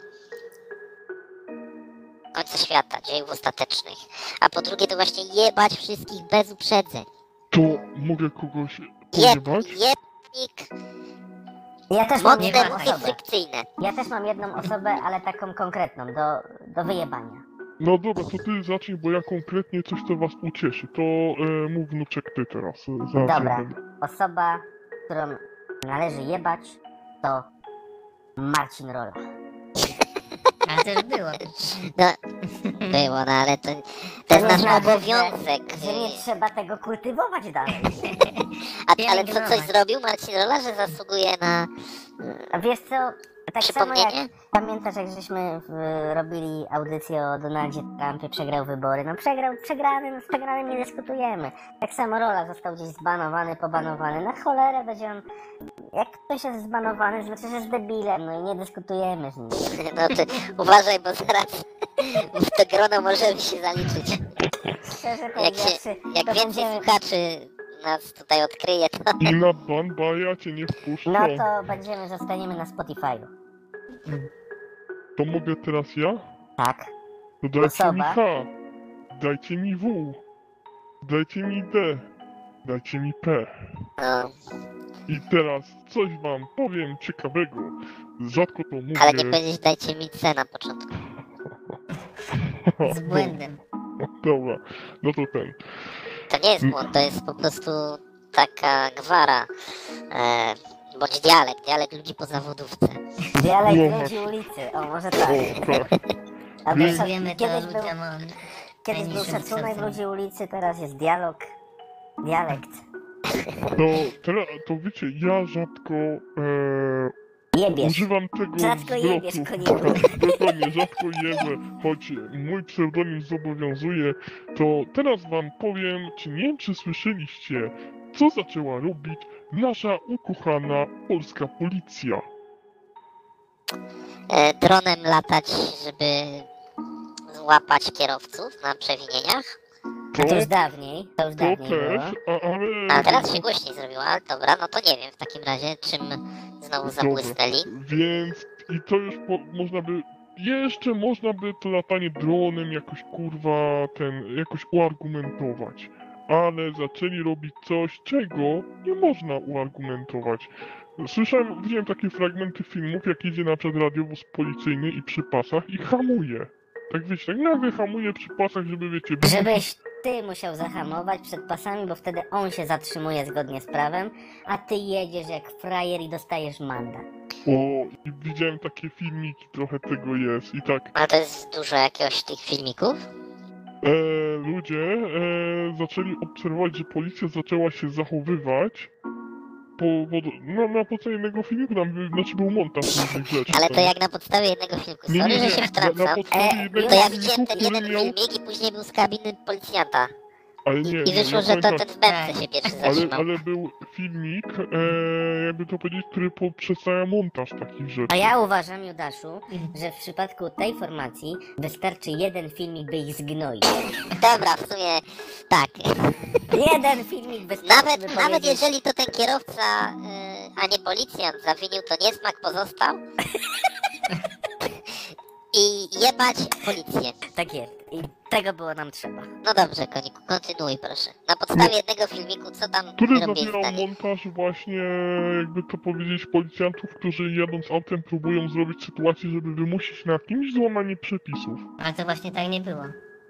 końca świata, dziejów ostatecznych. A po drugie, to właśnie jebać wszystkich bez uprzedzeń. To mogę kogoś Jeb, pojebać? jebnik, Ja też mam mocne jedną ruchy osobę. frykcyjne. Ja też mam jedną osobę, ale taką konkretną, do wyjebania. No dobra, to ty zacznij, bo ja konkretnie coś, co was ucieszy. To mów wnuczek ty teraz. Zaraz Dobra. ja będę. Osoba, którą należy jebać, to Marcin Rola. Ale to już było. No, było, no ale to jest nie nasz znaczy, obowiązek. Że nie trzeba tego kultywować dalej. Ale co coś zrobił Marcin Rola, że zasługuje na A wiesz co, tak samo jak przypomnienie? pamiętasz, jak żeśmy robili audycję o Donaldzie Trumpie, przegrał wybory. No z przegranym nie dyskutujemy. Tak samo Rola został gdzieś zbanowany, pobanowany. Na cholerę będzie on... Jak ktoś jest zbanowany, znaczy, że jest debilem, no i nie dyskutujemy z nim. No ty uważaj, bo zaraz w to grono możemy się zaliczyć. Szczerze Jak, powiedziawszy, jak to więcej będziemy... słuchaczy nas tutaj odkryje, to I na ban, bo ja cię nie wpuszczę. No to zostaniemy na Spotify'u. To mogę teraz ja? Tak. To dajcie mi Osoba. H. Dajcie mi W. Dajcie mi D. Dajcie mi P. no, I teraz coś wam powiem ciekawego. Rzadko to mówię. ale nie powiedzieć dajcie mi C na początku. Z błędem. Dobra, no to ten. To nie jest błąd, to jest po prostu taka gwara, bądź dialekt ludzi po zawodówce. Dialekt No. ludzi ulicy, o może tak. O, tak. A Nie. wiesz, Wiemy to kiedyś był, ludziom o kiedyś był najniższym szacunek kształceniu. ludzi ulicy, teraz jest dialekt. To, teraz, to wiecie, ja rzadko Jebiesz. używam tego Rzadko jebiesz, zwrotu. koniku. Dokładnie, rzadko jebę, choć mój pseudonim zobowiązuje. To teraz wam powiem, czy nie wiem, czy słyszeliście, co zaczęła robić nasza ukochana polska policja. Dronem latać, żeby złapać kierowców na przewinieniach. A to już dawniej, To było. też, ale... A teraz się głośniej zrobiło, ale dobra, no to nie wiem w takim razie, czym znowu zabłysnęli. Więc i to już można by... Jeszcze można by to latanie dronem jakoś kurwa jakoś uargumentować. Ale zaczęli robić coś, czego nie można uargumentować. Widziałem takie fragmenty filmów, jak jedzie na przykład radiowóz policyjny i przy pasach i hamuje. Tak wiecie, tak nagle hamuje przy pasach, żeby wiecie... Żebyś ty musiał zahamować przed pasami, bo wtedy on się zatrzymuje zgodnie z prawem, a ty jedziesz jak frajer i dostajesz mandat. O, i widziałem takie filmiki, trochę tego jest i tak... Ale to jest dużo jakiegoś tych filmików? Ludzie zaczęli obserwować, że policja zaczęła się zachowywać na podstawie jednego filmiku, był montaż różnych rzeczy. Ale co to nie? jak na podstawie jednego filmiku. Nie, Sorry, nie, że nie, się na wtrącam. podstawie jednego To ja filmiku, widziałem ten który jeden miał... filmik i później był z kabiny policjanta. Ale nie, I wyszło, że to ten w Bemce się pierwszy zatrzymał. ale był filmik, jakby to powiedzieć, który przedstawia montaż takich rzeczy. A ja uważam, Judaszu, że w przypadku tej formacji wystarczy jeden filmik, by ich zgnoić. Dobra, w sumie tak. Jeden filmik wystarczy, by Nawet powiedzieć... jeżeli to ten kierowca, a nie policjant zawinił, to niesmak pozostał. I jebać policję. Tak jest. I tego było nam trzeba. No dobrze, Koniku, kontynuuj proszę. Na podstawie jednego filmiku, co tam Który robię zawierał zdanie? montaż właśnie, jakby to powiedzieć, policjantów, którzy jadąc autem próbują zrobić sytuację, żeby wymusić na kimś złamanie przepisów. Ale to właśnie tak nie było.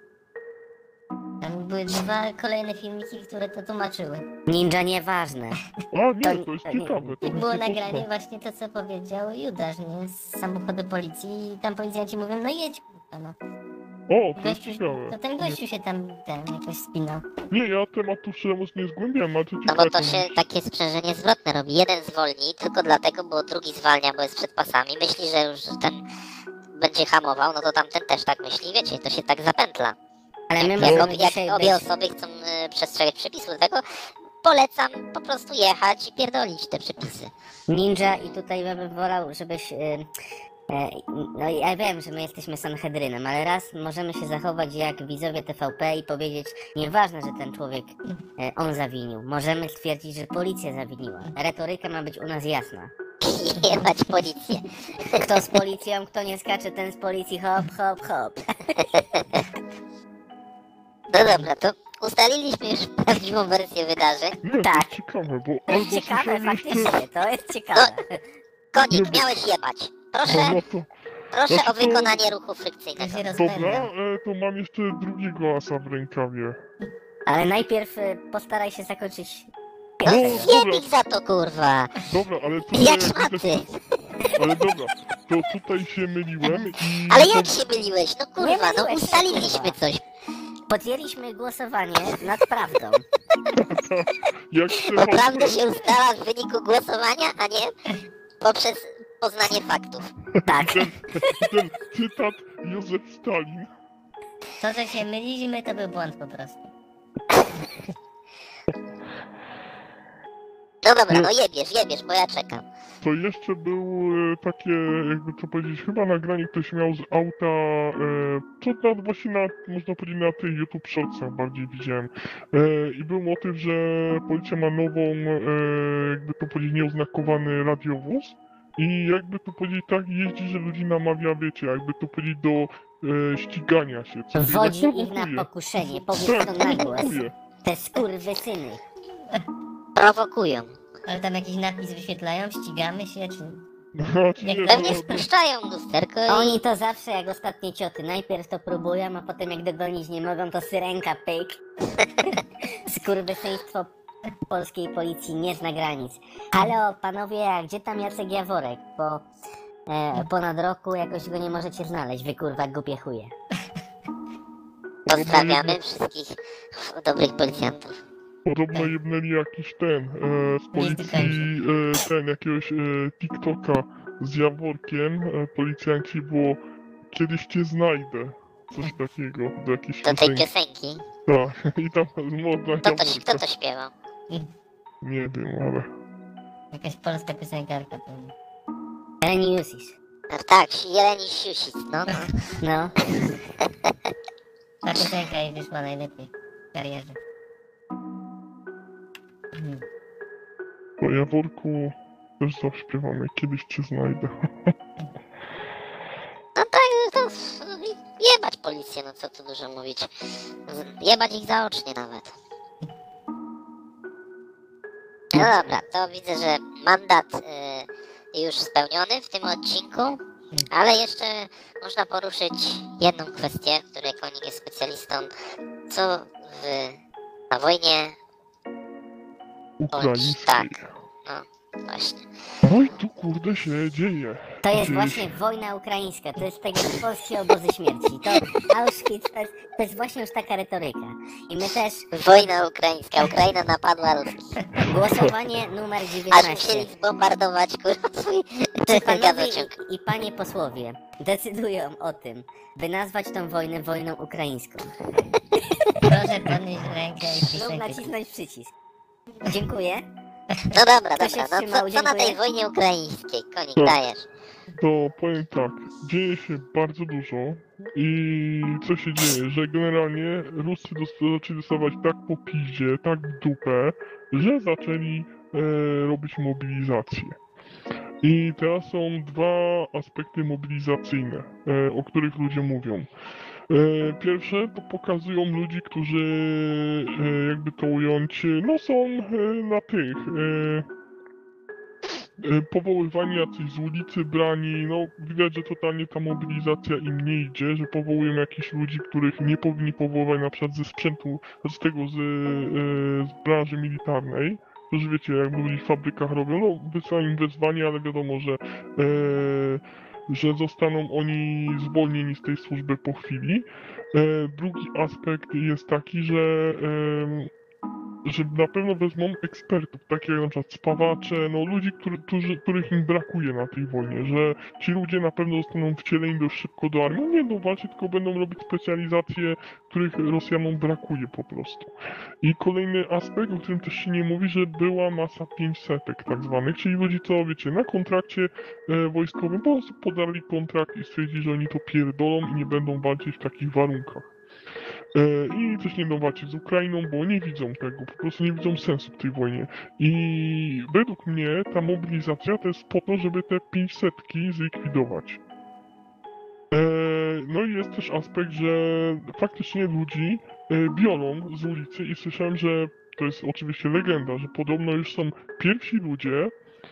Tam były dwa kolejne filmiki, które to tłumaczyły. Ninja nieważne. A nie, To- to jest to nie- ciekawe. To I bym było nie nagranie posłuchał. właśnie to, co powiedział Judasz, nie? Z samochodu policji i tam policjanci mówią, no jedź, kurwa, no. O, to jest Gościu, ciekawe. to ten gościu się tam jakoś spinał. Nie, ja tematu szczerze nie zgłębiałem, ale to No ciekawe. bo to się takie sprzężenie zwrotne robi. Jeden zwolni tylko dlatego, bo drugi zwalnia, bo jest przed pasami. Myśli, że już ten będzie hamował, no to tamten też tak myśli. Wiecie, to się tak zapętla. Ale my Jak, możemy dzisiaj jak obie być... osoby chcą przestrzegać przepisów, dlatego polecam po prostu jechać i pierdolić te przepisy. Ninja i tutaj ja bym wolał, żebyś... no ja wiem, że my jesteśmy Sanhedrynem, ale raz możemy się zachować jak widzowie TVP i powiedzieć, nieważne, że ten człowiek, on zawinił. Możemy stwierdzić, że policja zawiniła. Retoryka ma być u nas jasna. Jebać policję. Kto z policją, kto nie skacze, ten z policji, hop, hop, hop. No dobra, to ustaliliśmy już prawdziwą wersję wydarzeń. Nie, to Tak. jest ciekawe, bo To jest ciekawe, słyszałem jeszcze- faktycznie, to jest ciekawe. Konik, miałeś jebać. Proszę, No to, proszę o znaczy to- wykonanie ruchu To frykcyjnego. się dobra, rozpędza. to mam jeszcze drugiego asa w rękawie. Ale najpierw postaraj się zakończyć No pierwszego. dobra. zjeb ich za to, kurwa. Dobra, ale tutaj... Jak szmaty. Ale dobra, to tutaj się myliłem i... Ale to- jak się myliłeś? No kurwa, Nie no myliłeś się, ustaliliśmy kurwa. coś. Podjęliśmy głosowanie nad prawdą. Jak Bo TVP, prawda się ustala w wyniku głosowania, a nie poprzez poznanie faktów. Tak. ten cytat Józef Stalin. To, że się myliliśmy, to był błąd po prostu. No dobra, no jebiesz, bo ja czekam. To jeszcze był takie, jakby to powiedzieć, chyba nagranie ktoś miał z auta, to właśnie można powiedzieć na tych YouTube Shortsach bardziej widziałem. I był motyw, że policja ma nową, jakby to powiedzieć, nieoznakowany radiowóz. I jakby to powiedzieć, tak jeździ, że ludzi namawia, wiecie, jakby to powiedzieć, do ścigania się. Co Wodzi jakby ich na prowokuje. pokuszenie, powiedz Tak, to na głos. prowokuje. Te skurwysyny. Prowokują. Ale tam jakiś napis wyświetlają, ścigamy się, czy... Znaczy, nie, Pewnie to- spuszczają lusterko i... Oni to zawsze jak ostatnie cioty. Najpierw to próbują, a potem jak dogonić nie mogą, to syrenka pyk. Skurwysyństwo polskiej policji nie zna granic. Halo, panowie, a gdzie tam Jacek Jaworek? Po ponad roku jakoś go nie możecie znaleźć, wy kurwa głupie chuje. Pozdrawiamy wszystkich dobrych policjantów. Podobno jebnęli jakiś z policji, Gdzieś jakiegoś TikToka z Jaworkiem, policjanci było kiedyś cię znajdę, coś takiego, do jakiejś Do tej piosenki. piosenki. Tak, i tam można Kto to śpiewał? Nie wiem, ale... Jakaś polska piosenkarka pewnie. Reniusis. No tak, Jeleni Siusic, no. No. Ta piosenka jej wyszła najlepiej w karierze. Po Jaworku też zaśpiewamy, kiedyś cię znajdę. No tak, to jebać policję, no co tu dużo mówić. Jebać ich zaocznie nawet. No dobra, to widzę, że mandat już spełniony w tym odcinku, ale jeszcze można poruszyć jedną kwestię, w której Konik jest specjalistą. Co na wojnie bądź Ukraińskiej. tak, no właśnie. No i tu kurde się dzieje. To jest Dzieje właśnie się. wojna ukraińska, to jest tak jak polskie obozy śmierci. To Auschwitz, to jest właśnie już taka retoryka. I my też Wojna ukraińska, Ukraina napadła Ruski. głosowanie numer Aż 19. musieli zbombardować kurwa swój Czy panowie gazociąg. i panie posłowie decydują o tym, by nazwać tą wojnę wojną ukraińską Proszę podnieść rękę i lub wcisnąć przycisk. nacisnąć przycisk? Dziękuję. No dobra, Kto się dobra, no wstrzymał? co na tej Dziękuję. wojnie ukraińskiej, Konik, To- dajesz? To powiem tak, dzieje się bardzo dużo i co się dzieje, że generalnie Ruscy zaczęli dostawać tak po piździe, tak w dupę, że zaczęli robić mobilizację. I teraz są dwa aspekty mobilizacyjne, o których ludzie mówią. Pierwsze to pokazują ludzi, którzy, jakby to ująć, no są na tych, powoływani jacyś z ulicy brani, no widać, że totalnie ta mobilizacja im nie idzie, że powołują jakichś ludzi, których nie powinni powoływać na przykład ze sprzętu, z tego, z branży militarnej. Którzy wiecie, jak byli w fabrykach robią, no wysyłają im wezwanie, ale wiadomo, że zostaną oni zwolnieni z tej służby po chwili. Drugi aspekt jest taki, że na pewno wezmą ekspertów, takich jak na przykład spawacze, no ludzi, których im brakuje na tej wojnie, że ci ludzie na pewno zostaną wcieleni dość szybko do armii, nie będą walczyć, tylko będą robić specjalizacje, których Rosjanom brakuje po prostu. I kolejny aspekt, o którym też się nie mówi, że była masa 500 tak zwanych, czyli ludzi, co wiecie, na kontrakcie wojskowym po prostu podarli kontrakt i stwierdzili, że oni to pierdolą i nie będą walczyć w takich warunkach. I też nie będą walczyć z Ukrainą, bo nie widzą tego, po prostu nie widzą sensu w tej wojnie. I według mnie ta mobilizacja to jest po to, żeby te 500 zlikwidować. No i jest też aspekt, że faktycznie ludzi biorą z ulicy i słyszałem, że to jest oczywiście legenda, że podobno już są pierwsi ludzie,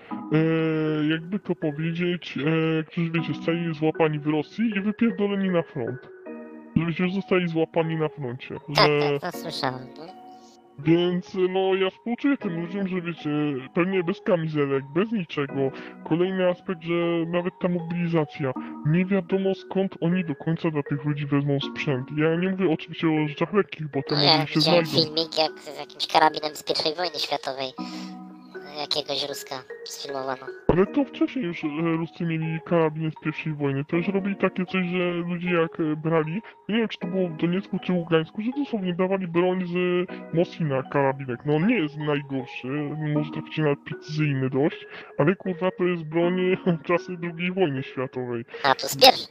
jakby to powiedzieć, którzy wiecie, zostali złapani w Rosji i wypierdoleni na front. Żebyście już zostali złapani na froncie. Tak, Że... tak, to słyszałem. No. Więc no ja współczuję tym ludziom, że wiecie, pewnie bez kamizelek, bez niczego. Kolejny aspekt, że nawet ta mobilizacja, nie wiadomo skąd oni do końca dla tych ludzi wezmą sprzęt. Ja nie mówię oczywiście o rzeczach lekkich, bo te Ja może się widziałem znajdą. filmik jak z jakimś karabinem z I wojny światowej. Jakiegoś Ruska sfilmowano. Ale to wcześniej już Ruscy mieli karabiny z I wojny. To już robili takie coś, że ludzie jak brali, nie wiem czy to było w Doniecku czy Ługańsku, że dosłownie dawali broń z Mosina karabinek. No on nie jest najgorszy, może taki nawet precyzyjny dość, ale kurwa to jest broń czasy II wojny światowej. A tu z pierwszej.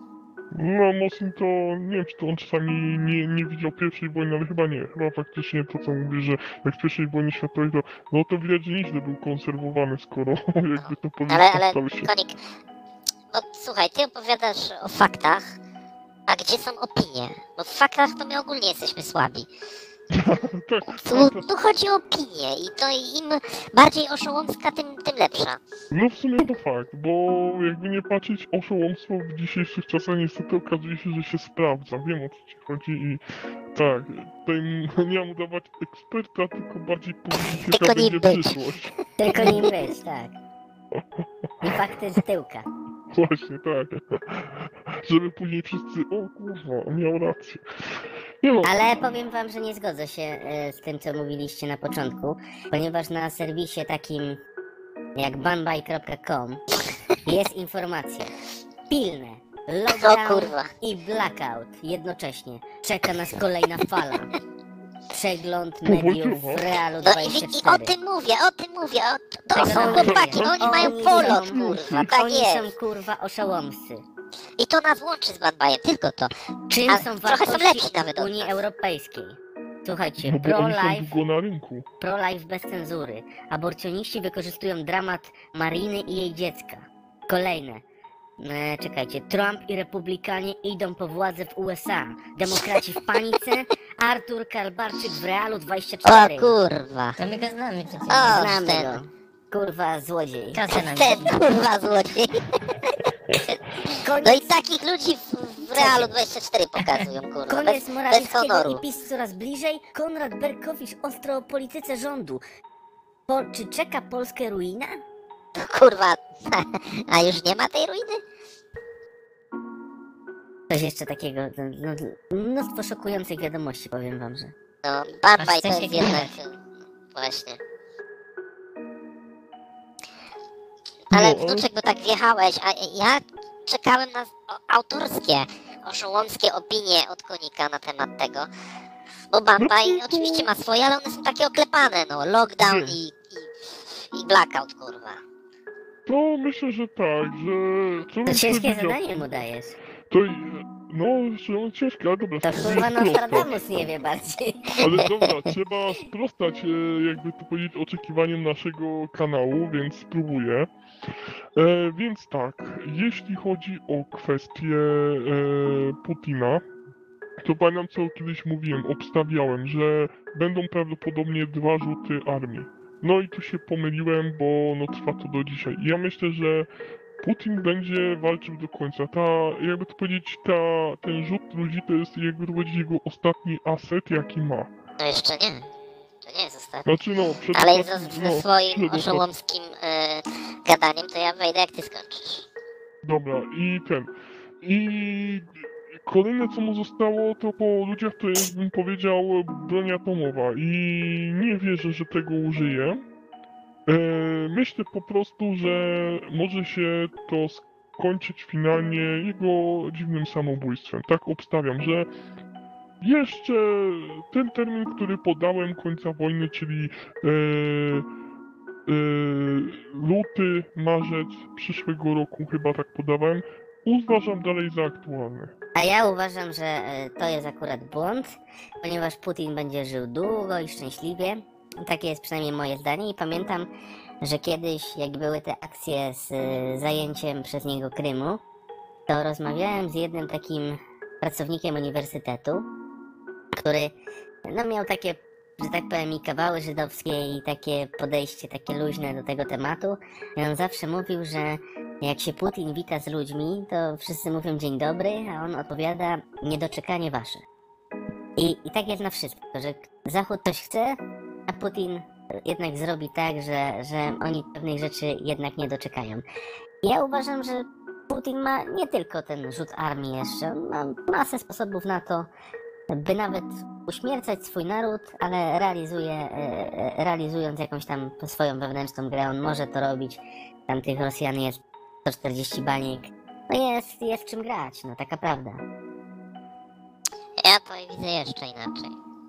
No Mosin to, nie wiem czy to on czasami nie widział I wojny, ale chyba nie. Chyba faktycznie to co mówi, że jak w I wojnie światowej to, no to widać, że nieźle był konserwowany, skoro jakby to powiedzieć Ale stał się. Konik, bo słuchaj, ty opowiadasz o faktach, a gdzie są opinie? Bo w faktach to my ogólnie jesteśmy słabi. Tak, Tu chodzi o opinię i to im bardziej oszołomska, tym lepsza. no w sumie to fakt, bo jakby nie patrzeć, oszołomstwo w dzisiejszych czasach niestety okazuje się, że się sprawdza. Wiem o co ci chodzi i tak, tutaj nie mam udawać eksperta, tylko bardziej powiedzieć Tylko jaka nim będzie być. przyszłość. Tylko nim być, tak. I fakty z tyłka. Właśnie, tak. Żeby później wszyscy, o kurwa, miał rację. Nie no, Ale powiem wam, że nie zgodzę się z tym, co mówiliście na początku, ponieważ na serwisie takim jak banbuy.com jest informacja. Pilne. O Lockdown kurwa. i blackout jednocześnie. Czeka nas kolejna fala. Przegląd Powodzi, mediów no. w Realu No i o 24. tym mówię, to Tego są nam chłopaki, mówię. oni mają Oni polot, są- kurwa, tak Oni są jest. kurwa oszołomscy. I to nas łączy z Badbajem, tylko to. Czym A są trochę są wartości lepsi nawet od Unii nas. Europejskiej? Słuchajcie, no bo oni są pro-life, długo na rynku. pro-life bez cenzury. Aborcjoniści wykorzystują dramat Mariny i jej dziecka. Kolejne. Czekajcie, Trump i Republikanie idą po władzę w USA. Demokraci w panice, Artur Kalbarczyk w Realu O 24. kurwa. To my go znamy przecież. O, Znamy ten. go. Kurwa, złodziej. Kasę nam Ten kurwa złodziej. Koniec, No i takich ludzi w Realu 24 pokazują, kurwa. koniec Bez Morawieckiego honoru. i PiS coraz bliżej. Konrad Berkowicz ostro o polityce rządu. Czy czeka Polskę ruina? To kurwa. A już nie ma tej ruiny? Coś jeszcze takiego, no, mnóstwo szokujących wiadomości, powiem wam, że... No, Bambaj to Aż chce jest się jednak... Właśnie. Ale No, wnuczek, bo tak wjechałeś, a ja czekałem na autorskie, oszołomskie opinie od Konika na temat tego. Bo Bambaj oczywiście ma swoje, ale one są takie oklepane, no. Lockdown i blackout, kurwa. To myślę, że tak, że... co To bym ciężkie przewidział, zadanie mu dajesz. To, no, że ciężkie, ale dobra, To spróbuję kurwa sprostać. Nostradamus nie wie bardziej. Ale dobra, trzeba sprostać, jakby to powiedzieć, oczekiwaniom naszego kanału, więc spróbuję. Więc tak, jeśli chodzi o kwestię Putina, to pamiętam, co kiedyś mówiłem, obstawiałem, że będą prawdopodobnie 2 rzuty armii. No i tu się pomyliłem, bo no trwa to do dzisiaj. I ja myślę, że Putin będzie walczył do końca. Jakby to powiedzieć, ten rzut ludzi to jest, jakby to powiedzieć, jego ostatni aset, jaki ma. No jeszcze nie. To nie jest ostatni. Znaczy no, przed Ale ostatnim- ze no, swoim przed ostatnim. oszołomskim gadaniem to ja wejdę, jak ty skończysz. Dobra, i kolejne co mu zostało, to po ludziach to jest, bym powiedział, broń atomowa i nie wierzę, że tego użyje. Myślę po prostu, że może się to skończyć finalnie jego dziwnym samobójstwem. Tak obstawiam, że jeszcze ten termin, który podałem końca wojny, czyli luty, marzec przyszłego roku, chyba tak podawałem, uważam dalej za aktualny. A ja uważam, że to jest akurat błąd, ponieważ Putin będzie żył długo i szczęśliwie. Takie jest przynajmniej moje zdanie i pamiętam, że kiedyś, jak były te akcje z zajęciem przez niego Krymu, to rozmawiałem z jednym takim pracownikiem uniwersytetu, który no, miał takie, że tak powiem, i kawały żydowskie i takie podejście takie luźne do tego tematu. I on zawsze mówił, że jak się Putin wita z ludźmi, to wszyscy mówią dzień dobry, a on odpowiada niedoczekanie wasze. I tak jest na wszystko, że Zachód coś chce, a Putin jednak zrobi tak, że oni pewnych rzeczy jednak nie doczekają. Ja uważam, że Putin ma nie tylko ten rzut armii jeszcze, on ma masę sposobów na to, by nawet uśmiercać swój naród, ale realizując jakąś tam swoją wewnętrzną grę, on może to robić. Tam tych Rosjan jest 140 baniek. No jest w czym grać, no taka prawda. Ja to widzę jeszcze inaczej.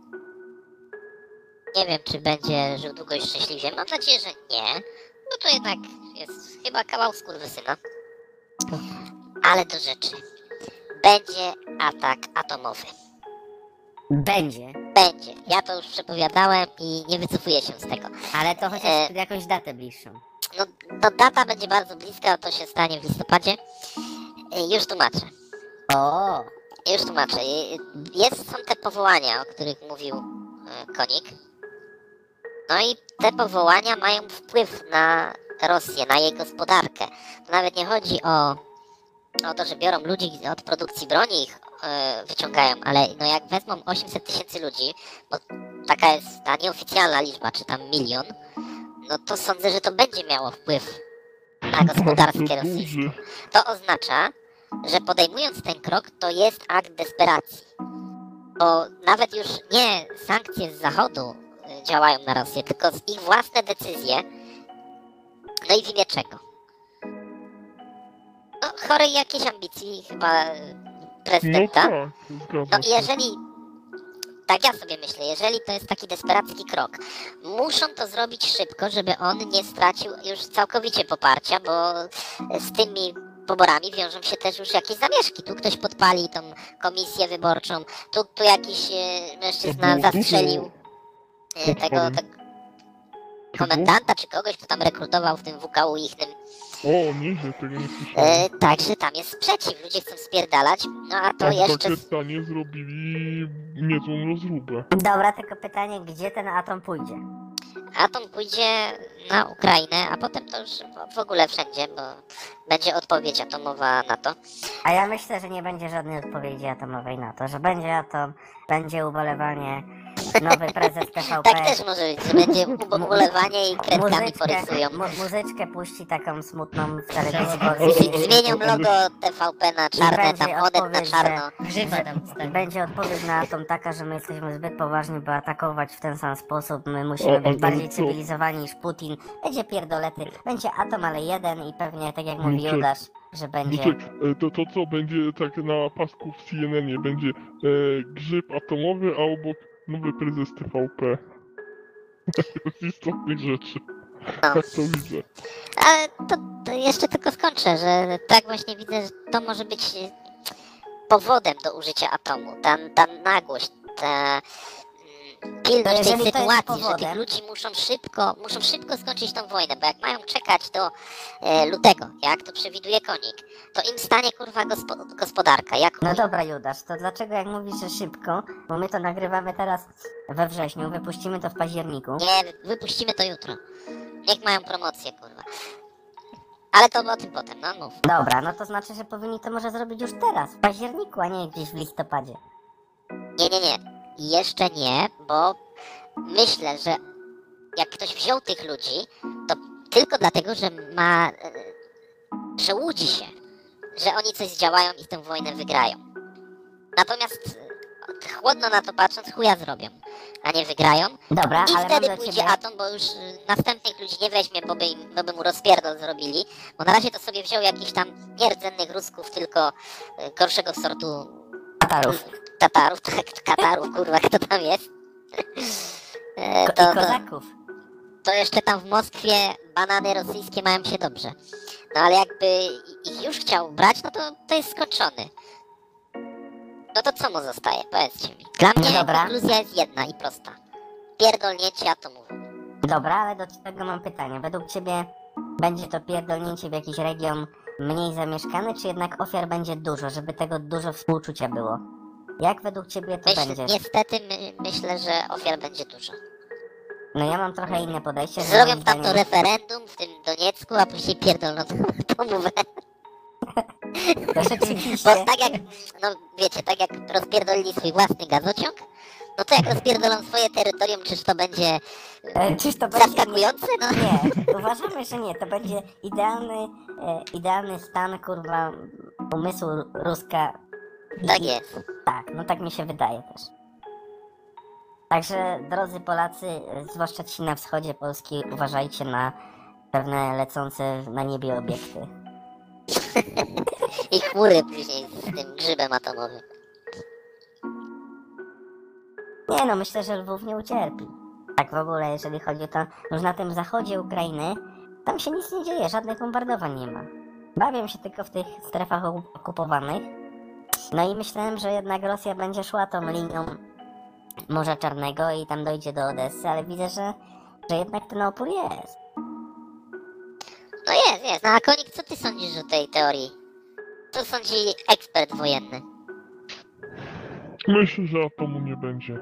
Nie wiem, czy będzie żył długo i szczęśliwie. Mam nadzieję, że nie. No to jednak jest chyba kawał skurwysyna. Ale do rzeczy. Będzie atak atomowy. Będzie, Będzie. Ja to już przepowiadałem i nie wycofuję się z tego. ale to chociaż jakąś datę bliższą. No, to data będzie bardzo bliska, to się stanie w listopadzie. Już tłumaczę. O, Już tłumaczę. Są te powołania, o których mówił Konik. No i te powołania mają wpływ na Rosję, na jej gospodarkę. To nawet nie chodzi o to, że biorą ludzi od produkcji broni, ich wyciągają, ale no jak wezmą 800 tysięcy ludzi, bo taka jest ta nieoficjalna liczba, czy tam 1 000 000, no to sądzę, że to będzie miało wpływ na gospodarkę Bardzo rosyjską. duży. To oznacza, że podejmując ten krok, to jest akt desperacji. Bo nawet już nie sankcje z Zachodu działają na Rosję, tylko ich własne decyzje. No i w imię czego? No, chorej jakiejś ambicji chyba No prezydenta. tak, No zgadzam i się. jeżeli, tak ja sobie myślę, jeżeli to jest taki desperacki krok, muszą to zrobić szybko, żeby on nie stracił już całkowicie poparcia, bo z tymi poborami wiążą się też już jakieś zamieszki. Tu ktoś podpali tą komisję wyborczą, tu jakiś mężczyzna To było zastrzelił dużo tego, podpali. komendanta czy kogoś, kto tam rekrutował w tym WKU ichnym. O, nieźle, tego nie słyszałem. Także tam jest sprzeciw, ludzie chcą spierdalać, no a to A w jeszcze... Dagestanie zrobili niezłą rozróbę. Dobra, tylko pytanie, gdzie ten atom pójdzie? Atom pójdzie na Ukrainę, a potem to już w ogóle wszędzie, bo będzie odpowiedź atomowa na to. A ja myślę, że nie będzie żadnej odpowiedzi atomowej na to, że będzie atom, będzie ubolewanie, nowy prezes TVP. Tak też może być, że będzie ubolewanie i kredkami porysują. Muzyczkę puści taką smutną w telewizji polskiej. Zmienią logo TVP na czarne, będzie tam Onet na odpowiedź, czarno. Grzyba tam I wstawi. będzie odpowiedź na atom taka, że my jesteśmy zbyt poważni, by atakować w ten sam sposób. My musimy O, być ale bardziej co? cywilizowani niż Putin. Będzie pierdolety. Będzie atom, ale jeden i pewnie, tak jak mówi Wiecie, Judasz, że będzie... Wiecie, to co będzie tak na pasku w CNN-ie? Będzie grzyb atomowy, a obok nowy prezes TVP. Z istotnych rzeczy. No. Tak to widzę. Ale to jeszcze tylko skończę, że tak właśnie widzę, że to może być powodem do użycia atomu. Ta nagłość, ta pilność tej jeżeli to jest sytuacji, że powodem- tych ludzi muszą szybko skończyć tą wojnę, bo jak mają czekać do lutego, jak to przewiduje Konik, to im stanie kurwa gospodarka. Jak No dobra, Judasz, to dlaczego jak mówisz, że szybko, bo my to nagrywamy teraz we wrześniu, wypuścimy to w październiku. nie, wypuścimy to jutro. Niech mają promocję, kurwa. Ale to o tym potem, no mów. Dobra, no to znaczy, że powinni to może zrobić już teraz, w październiku, a nie gdzieś w listopadzie. Nie. Jeszcze nie, bo myślę, że jak ktoś wziął tych ludzi, to tylko dlatego, że że łudzi się, że oni coś zdziałają i tę wojnę wygrają. Natomiast chłodno na to patrząc, chuja zrobią, a nie wygrają. Dobra, I ale wtedy mam do pójdzie ciebie... atom, bo już następnych ludzi nie weźmie, bo by mu rozpierdol zrobili. Bo na razie to sobie wziął jakichś tam nierdzennych Rusków, tylko gorszego sortu Tatarów. Tatarów, tak, Katarów, kurwa, kto tam jest. I kozaków. To jeszcze tam w Moskwie banany rosyjskie mają się dobrze. No ale jakby ich już chciał brać, no to jest skończony. No to co mu zostaje? Powiedzcie mi. Dla mnie Dobra. konkluzja jest jedna i prosta. Pierdolnięcie atomowe. Dobra, ale do tego mam pytanie. Według ciebie będzie to pierdolnięcie w jakiś region mniej zamieszkany, czy jednak ofiar będzie dużo, żeby tego dużo współczucia było? Jak według ciebie to będzie? Niestety myślę, że ofiar będzie dużo. No ja mam trochę inne podejście. że Zrobią moim tam to zdaniem- referendum w tym Doniecku, a później pierdolną tą atomówę. To Bo rzeczywiście. tak jak, no wiecie, tak jak rozpierdolili swój własny gazociąg, no to jak rozpierdolą swoje terytorium, czyż to będzie Czyż to będzie... zaskakujące? No Nie, uważamy, że nie. To będzie idealny stan, kurwa, umysłu Ruska. tak jest. Tak, no tak mi się wydaje też. Także, drodzy Polacy, zwłaszcza ci na wschodzie Polski, uważajcie na pewne lecące na niebie obiekty. I chmury później z tym grzybem atomowym. Nie no, myślę, że Lwów nie ucierpi. Tak w ogóle, jeżeli chodzi o to, już na tym zachodzie Ukrainy, tam się nic nie dzieje, żadnych bombardowań nie ma. Bawią się tylko w tych strefach okupowanych. No i myślałem, że jednak Rosja będzie szła tą linią Morza Czarnego i tam dojdzie do Odessy, ale widzę, że jednak ten opór jest. No jest. No a Konik, co ty sądzisz o tej teorii? Co sądzi ekspert wojenny? Myślę, że atomu nie będzie.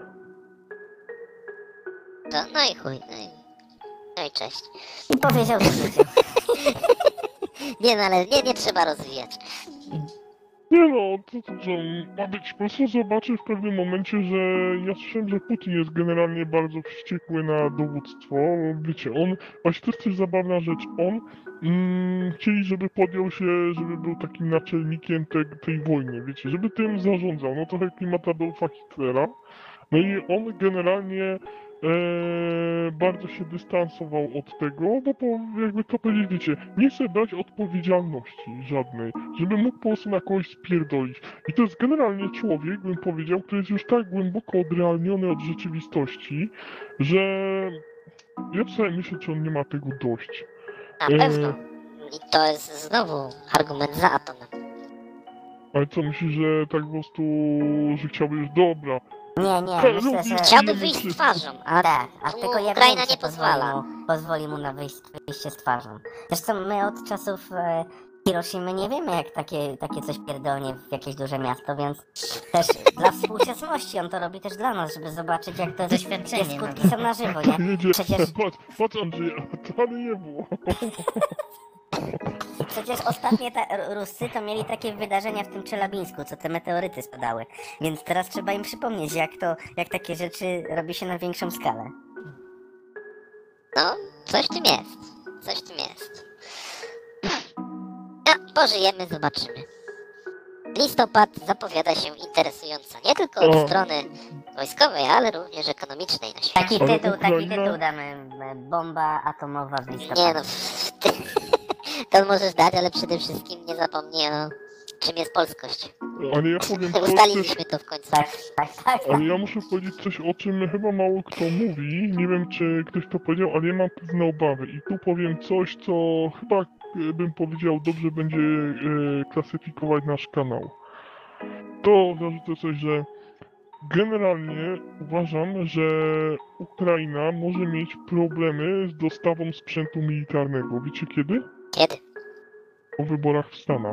No i chuj, no i cześć. I powiedział, że życie. Nie no, ale nie trzeba rozwijać. Nie no, to co ma być? Po prostu zobaczę w pewnym momencie, że ja słyszałem, że Putin jest generalnie bardzo wściekły na dowództwo. Wiecie, właśnie to jest też zabawna rzecz. Chcieli, żeby podjął się, żeby był takim naczelnikiem tej wojny, wiecie, żeby tym zarządzał. No trochę klimata Adolfa Hitlera. No i on generalnie bardzo się dystansował od tego, bo jakby to powiedzieć, wiecie, nie chce brać odpowiedzialności żadnej, żeby mógł po prostu na kogoś spierdolić. I to jest generalnie człowiek, bym powiedział, który jest już tak głęboko odrealniony od rzeczywistości, że ja sobie myślę, czy on nie ma tego dość. Na pewno. I to jest znowu argument za atomem. Ale co, myślisz, że tak po prostu, że chciałby już dobra, Nie, myślę, że... Chciałby wyjść z twarzą, a Tak, a tu tylko Ukraina Japońcy nie pozwala. Pozwoli mu na wyjście z twarzą. Zresztą my od czasów Hiroshimy nie wiemy, jak takie coś pierdolnie w jakieś duże miasto, więc też dla współczesności on to robi też dla nas, żeby zobaczyć, jak te Doświadczenie, skutki są na żywo, nie? Jedzie, Przecież patrz Andrzej, a to nie było. Przecież ostatnie Ruscy to mieli takie wydarzenia w tym Czelabińsku, co te meteoryty spadały. Więc teraz trzeba im przypomnieć, jak takie rzeczy robi się na większą skalę. No, coś w tym jest. Coś w tym jest. No, pożyjemy, zobaczymy. Listopad zapowiada się interesująco, nie tylko od O. strony wojskowej, ale również ekonomicznej na świecie. Taki Ale tytuł Ukraina- damy. Bomba atomowa w Nie listopadzie. no, to możesz dać, ale przede wszystkim nie zapomnij o czym jest polskość. Ale ja powiem coś, Ustaliliśmy to w końcu. Tak. ale ja muszę powiedzieć coś, o czym chyba mało kto mówi. Nie wiem, czy ktoś to powiedział, ale ja mam pewne obawy. I tu powiem coś, co chyba bym powiedział, dobrze będzie klasyfikować nasz kanał. To zarzucę coś, że generalnie uważam, że Ukraina może mieć problemy z dostawą sprzętu militarnego. Wiecie kiedy? Kiedy? Po wyborach w Stanach.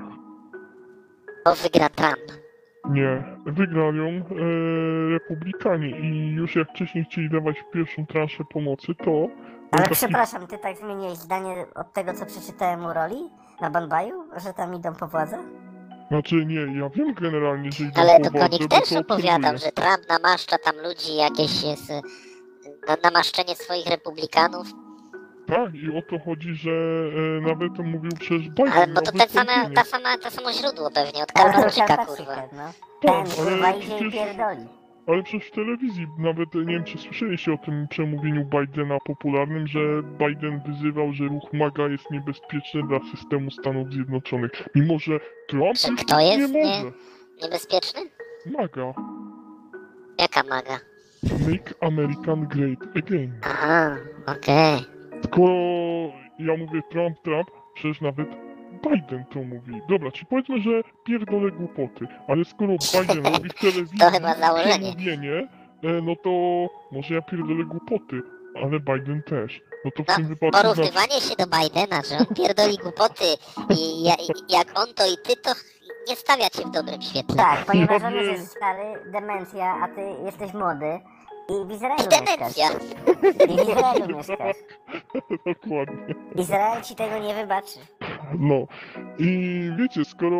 Bo wygra Trump. Nie, wygrają Republikanie i już jak wcześniej chcieli dawać pierwszą transzę pomocy, to... Ale taki- przepraszam, ty tak zmieniłeś zdanie od tego, co przeczytałem u Roli na Banbaju, że tam idą po władzę? Znaczy nie, ja wiem generalnie, że idą Ale po to władzę, Konik bo też to opowiadał, obserwuję. że Trump namaszcza tam ludzi, jakieś jest namaszczenie swoich republikanów. Tak, i o to chodzi, że nawet mówił przecież Biden. Ale bo to na wystąpieniu. to samo źródło pewnie, od Karol Karolczyka, kurwa. Karolczyka, no. Tak, Ten kurwa ale idzie i przecież... pierdoli. Ale przecież w telewizji, nawet nie wiem czy słyszeliście o tym przemówieniu Bidena popularnym, że Biden wyzywał, że ruch MAGA jest niebezpieczny dla systemu Stanów Zjednoczonych. Mimo, że Trump Czy już kto nie jest może. niebezpieczny? MAGA. Jaka maga? Make American Great Again. Aha, okej. Skoro ja mówię Trump, przecież nawet Biden to mówi. Dobra, czy powiedzmy, że pierdolę głupoty, ale skoro Biden robi w telewizji To chyba założenie. przemówienie, no to może ja pierdolę głupoty, ale Biden też. No to w No, tym wypadku znaczy, porównywanie się do Bidena, że on pierdoli głupoty i jak on to i ty, to nie stawia cię w dobrym świetle. Tak, ponieważ on Ja już wiem. jest stary, demencja, a ty jesteś młody i w Izraelu mieszkasz. Demencja. I w Izraelu mieszkasz. dokładnie. Izrael ci tego nie wybaczy. No i wiecie, skoro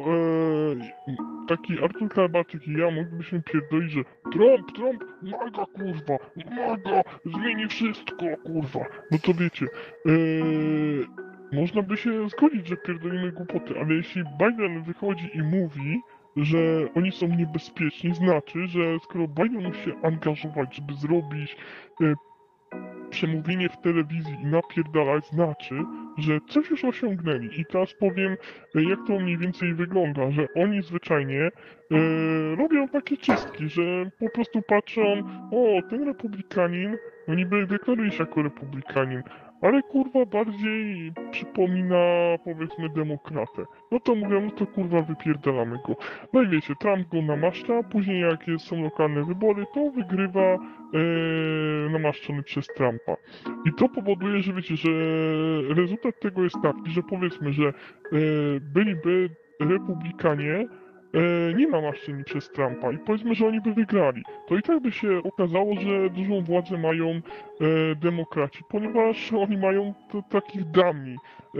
taki Artur Kalbaczyk i ja moglibyśmy pierdolić, że Trump, MAGA kurwa, MAGA, zmieni wszystko kurwa, no to wiecie, można by się zgodzić, że pierdolimy głupoty, ale jeśli Biden wychodzi i mówi, że oni są niebezpieczni, znaczy, że skoro Biden musi się angażować, żeby zrobić przemówienie w telewizji i napierdalać, znaczy, że coś już osiągnęli. I teraz powiem, jak to mniej więcej wygląda, że oni zwyczajnie robią takie czystki, że po prostu patrzą, o, ten republikanin, no niby deklaruje się jako republikanin, ale kurwa bardziej przypomina, powiedzmy, demokratę. No to mówią, no to kurwa wypierdalamy go. No i wiecie, Trump go namaszcza, później jak są lokalne wybory, to wygrywa namaszczony przez Trumpa. I to powoduje, że wiecie, że rezultat tego jest taki, że powiedzmy, że byliby republikanie nie namaszczeni przez Trumpa i powiedzmy, że oni by wygrali. To i tak by się okazało, że dużą władzę mają demokraci, ponieważ oni mają takich dummy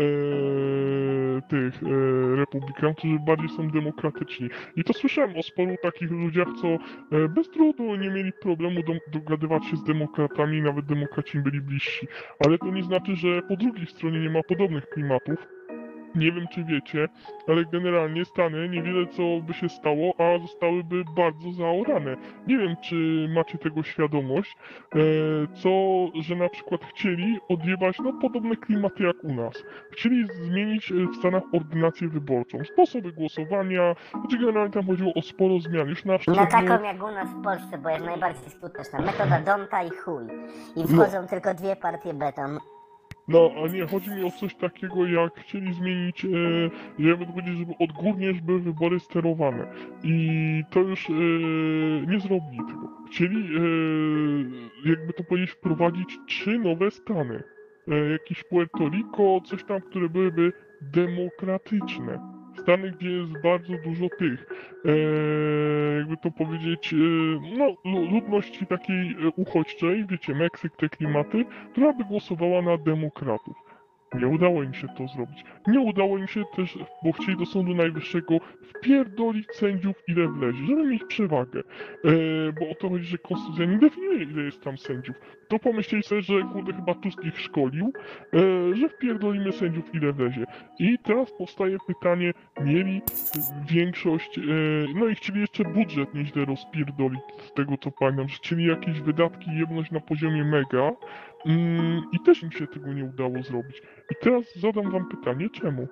tych republikanów, którzy bardziej są demokratyczni. I to słyszałem o sporu takich ludziach, co bez trudu nie mieli problemu dogadywać się z demokratami, nawet demokraci im byli bliżsi. Ale to nie znaczy, że po drugiej stronie nie ma podobnych klimatów. Nie wiem, czy wiecie, ale generalnie Stany niewiele co by się stało, a zostałyby bardzo zaorane. Nie wiem, czy macie tego świadomość, że na przykład chcieli odjebać podobne klimaty jak u nas. Chcieli zmienić w Stanach ordynację wyborczą, sposoby głosowania, znaczy generalnie tam chodziło o sporo zmian. Już na Na szczeblu... taką jak u nas w Polsce, bo jest najbardziej skuteczna. Metoda Donta i chuj. I wchodzą tylko dwie partie beton. No, a nie, chodzi mi o coś takiego, jak chcieli zmienić, jakby to powiedzieć, żeby odgórnie już były wybory sterowane. I to już nie zrobili tego. Chcieli, jakby to powiedzieć, wprowadzić 3 nowe stany. Jakieś Puerto Rico, coś tam, które byłyby demokratyczne. Stany, gdzie jest bardzo dużo tych, jakby to powiedzieć, no, ludności takiej uchodźczej, wiecie, Meksyk, te klimaty, która by głosowała na demokratów. Nie udało im się to zrobić. Nie udało im się też, bo chcieli do Sądu Najwyższego wpierdolić sędziów ile wlezie, żeby mieć przewagę. Bo o to chodzi, że konstytucja nie definiuje ile jest tam sędziów. To pomyśleli sobie, że kurde chyba Tusk ich szkolił, że wpierdolimy sędziów ile wlezie. I teraz powstaje pytanie, mieli większość, no i chcieli jeszcze budżet nieźle rozpierdolić, z tego co pamiętam, że chcieli jakieś wydatki jebnąć na poziomie mega, i też im się tego nie udało zrobić. I teraz zadam wam pytanie, czemu?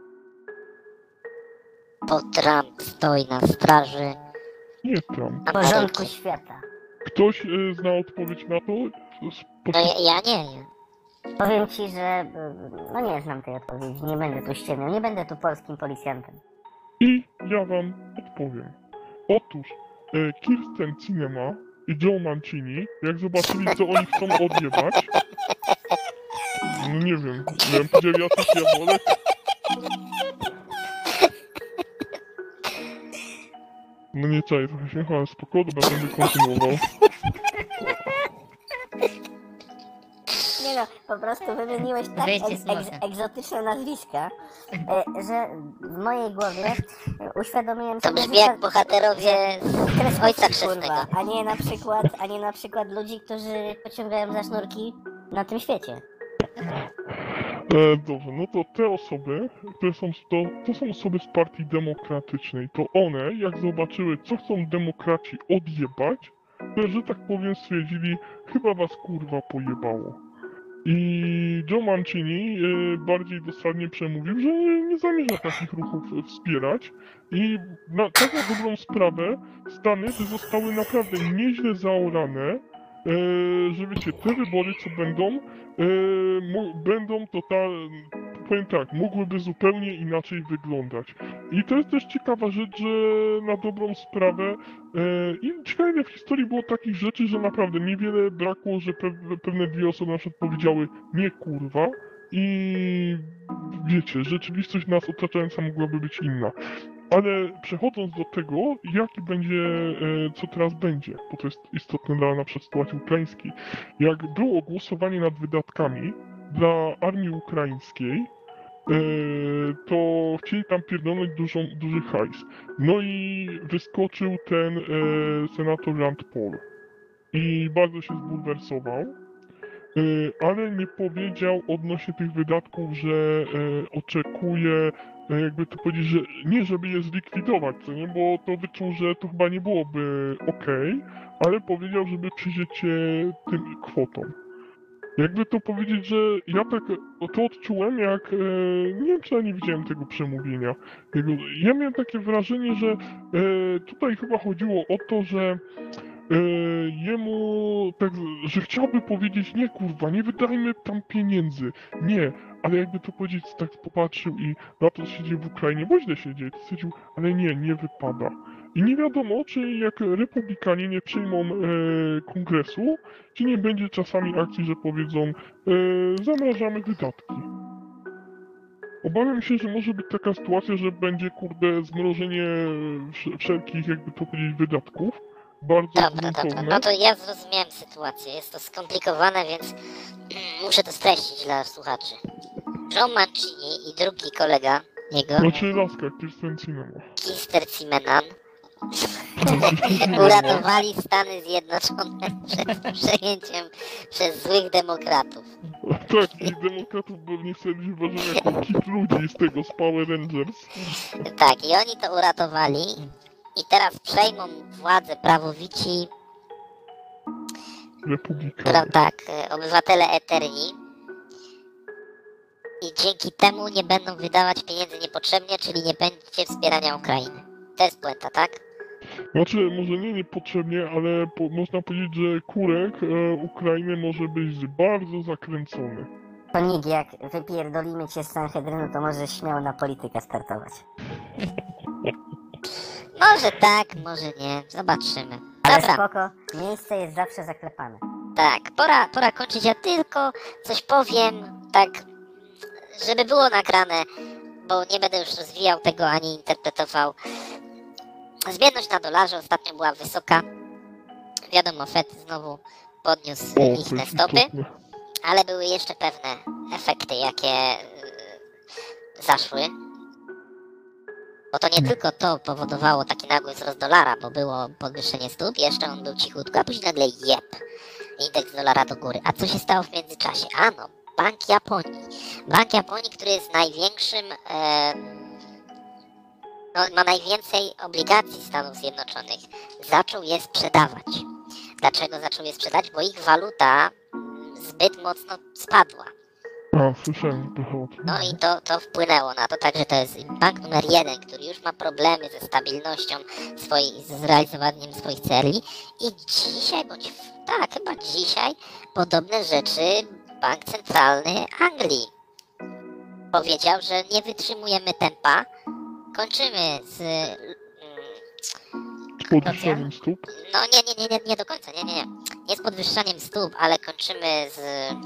Bo Trump stoi na straży Nie Trump. Porządku Ameryki. świata. Ktoś zna odpowiedź na to? No ja nie. Powiem ci, że no nie znam tej odpowiedzi, nie będę tu ściemniał, nie będę tu polskim policjantem. I ja wam odpowiem. Otóż Kirsten Cinema i Joe Mancini, jak zobaczyli, co oni chcą odjebać, no nie wiem, miałem powiedział Jacek Jaworek. No nie czaję, trochę śmiechałem, spokojnie, będę kontynuował. Nie no, po prostu wymieniłeś tak Wyjście z nosa. egzotyczne nazwiska, że w mojej głowie uświadomiłem To sobie, brzmi jak bohaterowie z kreskówki, Ojca Chrzestnego. kurwa, a nie na przykład ludzi, którzy pociągają za sznurki na tym świecie. Dobrze, no to te osoby, które są, to są osoby z Partii Demokratycznej, to one, jak zobaczyły, co chcą demokraci odjebać, to, że tak powiem, stwierdzili, chyba was kurwa pojebało. I Joe Mancini bardziej dosadnie przemówił, że nie zamierza takich ruchów wspierać i tak na dobrą sprawę Stany te zostały naprawdę nieźle zaorane, że wiecie, te wybory co będą, będą powiem tak, mogłyby zupełnie inaczej wyglądać. I to jest też ciekawa rzecz, że na dobrą sprawę i ciekawe w historii było takich rzeczy, że naprawdę niewiele brakło, że pewne dwie osoby na przykład powiedziały nie kurwa i wiecie, rzeczywistość nas otaczająca mogłaby być inna. Ale przechodząc do tego, jaki będzie, co teraz będzie, bo to jest istotne dla na przykład sytuacji ukraińskiej. Jak było głosowanie nad wydatkami dla armii ukraińskiej, to chcieli tam pierdolnąć duży hajs. No i wyskoczył ten senator Rand Paul i bardzo się zbulwersował. Ale nie powiedział odnośnie tych wydatków, że oczekuje, jakby to powiedzieć, że nie żeby je zlikwidować, co nie, bo to wyczuł, że to chyba nie byłoby okej, ale powiedział, żeby przyjrzeć się tym kwotom. Jakby to powiedzieć, że ja tak to odczułem, jak nie wiem, czy ja nie widziałem tego przemówienia. Ja miałem takie wrażenie, że tutaj chyba chodziło o to, że jemu tak, że chciałby powiedzieć, nie kurwa, nie wydajmy tam pieniędzy, nie, ale jakby to powiedzieć, tak popatrzył i na to, co się dzieje w Ukrainie, bo źle się dzieje, to stwierdził, ale nie wypada. I nie wiadomo, czy jak republikanie nie przyjmą kongresu, czy nie będzie czasami akcji, że powiedzą, zamrażamy wydatki. Obawiam się, że może być taka sytuacja, że będzie, kurde, zmrożenie wszelkich, jakby to powiedzieć, wydatków. Bardzo Dobra. No to ja zrozumiałem sytuację. Jest to skomplikowane, więc muszę to streścić dla słuchaczy. Joe Mancini i drugi kolega jego, Znaczy laska, Kirsten Cinema. Kirsten Cimenan, uratowali Stany Zjednoczone przed przejęciem przez złych demokratów. Tak, i demokratów pewnie wtedy uważają jako kit ludzi z tego, z Power Rangers. Tak, i oni to uratowali. I teraz przejmą władzę prawowici, Republikanie. tak, obywatele Eterni. I dzięki temu nie będą wydawać pieniędzy niepotrzebnie, czyli nie będzie wspierania Ukrainy. To jest puenta, tak? Znaczy, może nie niepotrzebnie, ale można powiedzieć, że kurek Ukrainy może być bardzo zakręcony. To Nig, jak wypierdolimy cię z Sanhedrynu, to możesz śmiało na politykę startować. Może tak, może nie. Zobaczymy. Ale Dobra, spoko, miejsce jest zawsze zaklepane. tak, pora kończyć. Ja tylko coś powiem, tak, żeby było nagrane, bo nie będę już rozwijał tego ani interpretował. Zmienność na dolarze ostatnio była wysoka. Wiadomo, Fed znowu podniósł O, ich to te jest stopy, istotne. ale były jeszcze pewne efekty, jakie zaszły. Bo to nie tylko to powodowało taki nagły wzrost dolara, bo było podwyższenie stóp, jeszcze on był cichutko, a później nagle indeks dolara do góry. A co się stało w międzyczasie? Ano, Bank Japonii. Bank Japonii, który jest największym, ma najwięcej obligacji Stanów Zjednoczonych, zaczął je sprzedawać. Dlaczego zaczął je sprzedać? Bo ich waluta zbyt mocno spadła. A, słyszałem trochę o tym. No i to wpłynęło na to, także to jest bank numer 1, który już ma problemy ze stabilnością z zrealizowaniem swoich celi i dzisiaj, tak, chyba dzisiaj podobne rzeczy Bank Centralny Anglii powiedział, że nie wytrzymujemy tempa, kończymy z Podwyższaniem stóp? no nie do końca, nie z podwyższaniem stóp, ale kończymy z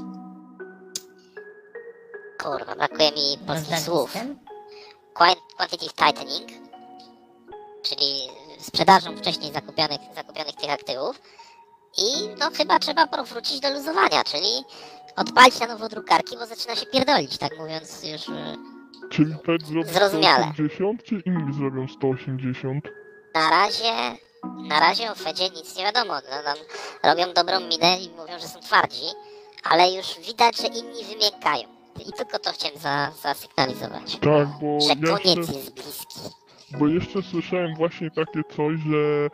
kurwa, brakuje mi polskich słów. Quantitative tightening, czyli sprzedażą wcześniej zakupionych tych aktywów i no chyba trzeba powrócić do luzowania, czyli odpalić na nowo drukarki, bo zaczyna się pierdolić, tak mówiąc już Czyli Fed zrobi Zrozumiale. 180, czy inni zrobią 180? na razie o Fedzie nic nie wiadomo, no, tam robią dobrą minę i mówią, że są twardzi, ale już widać, że inni wymiękają. I tylko to chciałem zasygnalizować, Tak, bo że ja koniec jeszcze, jest bliski. bo jeszcze słyszałem właśnie takie coś, że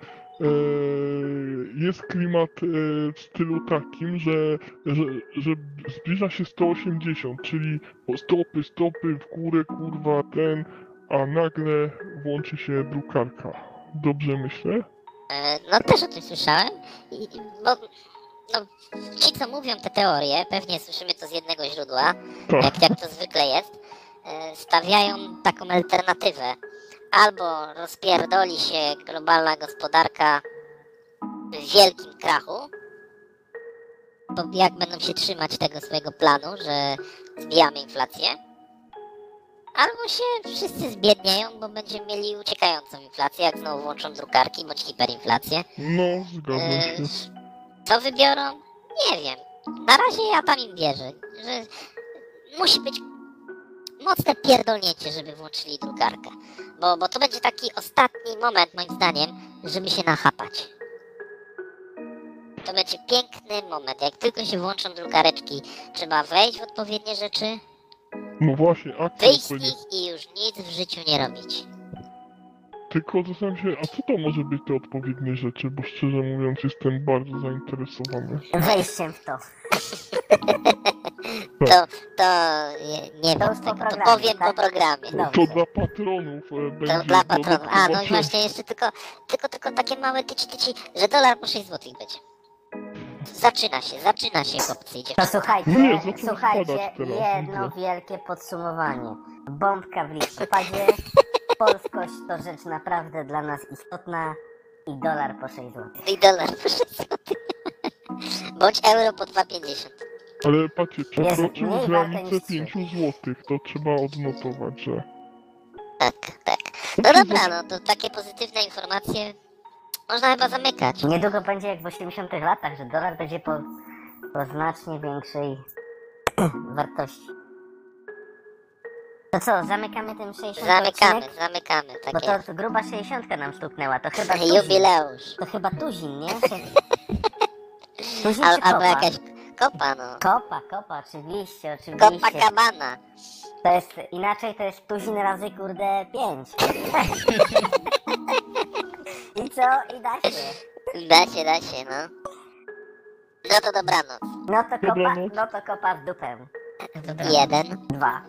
jest klimat w stylu takim, że zbliża się 180, czyli o stopy w górę, kurwa, a nagle włączy się drukarka. Dobrze myślę? No też o tym słyszałem, bo no, ci co mówią te teorie, pewnie słyszymy to z jednego źródła, Tak. jak to zwykle jest, stawiają taką alternatywę. Albo rozpierdoli się globalna gospodarka w wielkim krachu, bo jak będą się trzymać tego swojego planu, że zbijamy inflację, albo się wszyscy zbiednieją, bo będziemy mieli uciekającą inflację, jak znowu włączą drukarki, bądź hiperinflację. No, zgadzam się. Co wybiorą? Nie wiem. Na razie ja tam im wierzę, że musi być mocne pierdolnięcie, żeby włączyli drukarkę. Bo to będzie taki ostatni moment, moim zdaniem, żeby się nachapać. To będzie piękny moment. Jak tylko się włączą drukareczki, trzeba wejść w odpowiednie rzeczy, No właśnie, wyjść z akcja nich i już nic w życiu nie robić. Tylko zastanawiam się, a co to może być te odpowiednie rzeczy, bo szczerze mówiąc jestem bardzo zainteresowany. Wejściem w to. To nie To wiem już po tego, to programie, powiem tak? po programie. No. To dla patronów To będzie dla patronów. A, no i dodatkowa właśnie jeszcze tylko takie małe tyci, że dolar po 6 zł będzie. Zaczyna się chłopcy i To dziewczyny. słuchajcie, Nie, zaczął słuchajcie, spadać teraz, jedno widzę. wielkie podsumowanie. Bombka w listopadzie, polskość to rzecz naprawdę dla nas istotna i dolar po 6 zł. I dolar po 6 zł. Bądź euro po 2,50. Ale patrzcie, przekroczył mniej warte granicę niż 5 zł, to trzeba odnotować, że... Tak. No dobra, no to takie pozytywne informacje można chyba zamykać. Niedługo będzie jak w 80 latach, że dolar będzie po znacznie większej wartości. To co, zamykamy ten 60 odcinek? Zamykamy, Bo tak to gruba 60 nam stuknęła, to chyba jest. tuzin. Jubileusz. To chyba tuzin, nie? Tuzin czy Albo kopa? jakaś kopa, no. Kopa, oczywiście. Copacabana. To jest, inaczej to jest tuzin razy kurde 5. I co? I da się. Da się, no. No to dobranoc. No to Dobranoc. kopa w dupę. Dobra. 1, 2.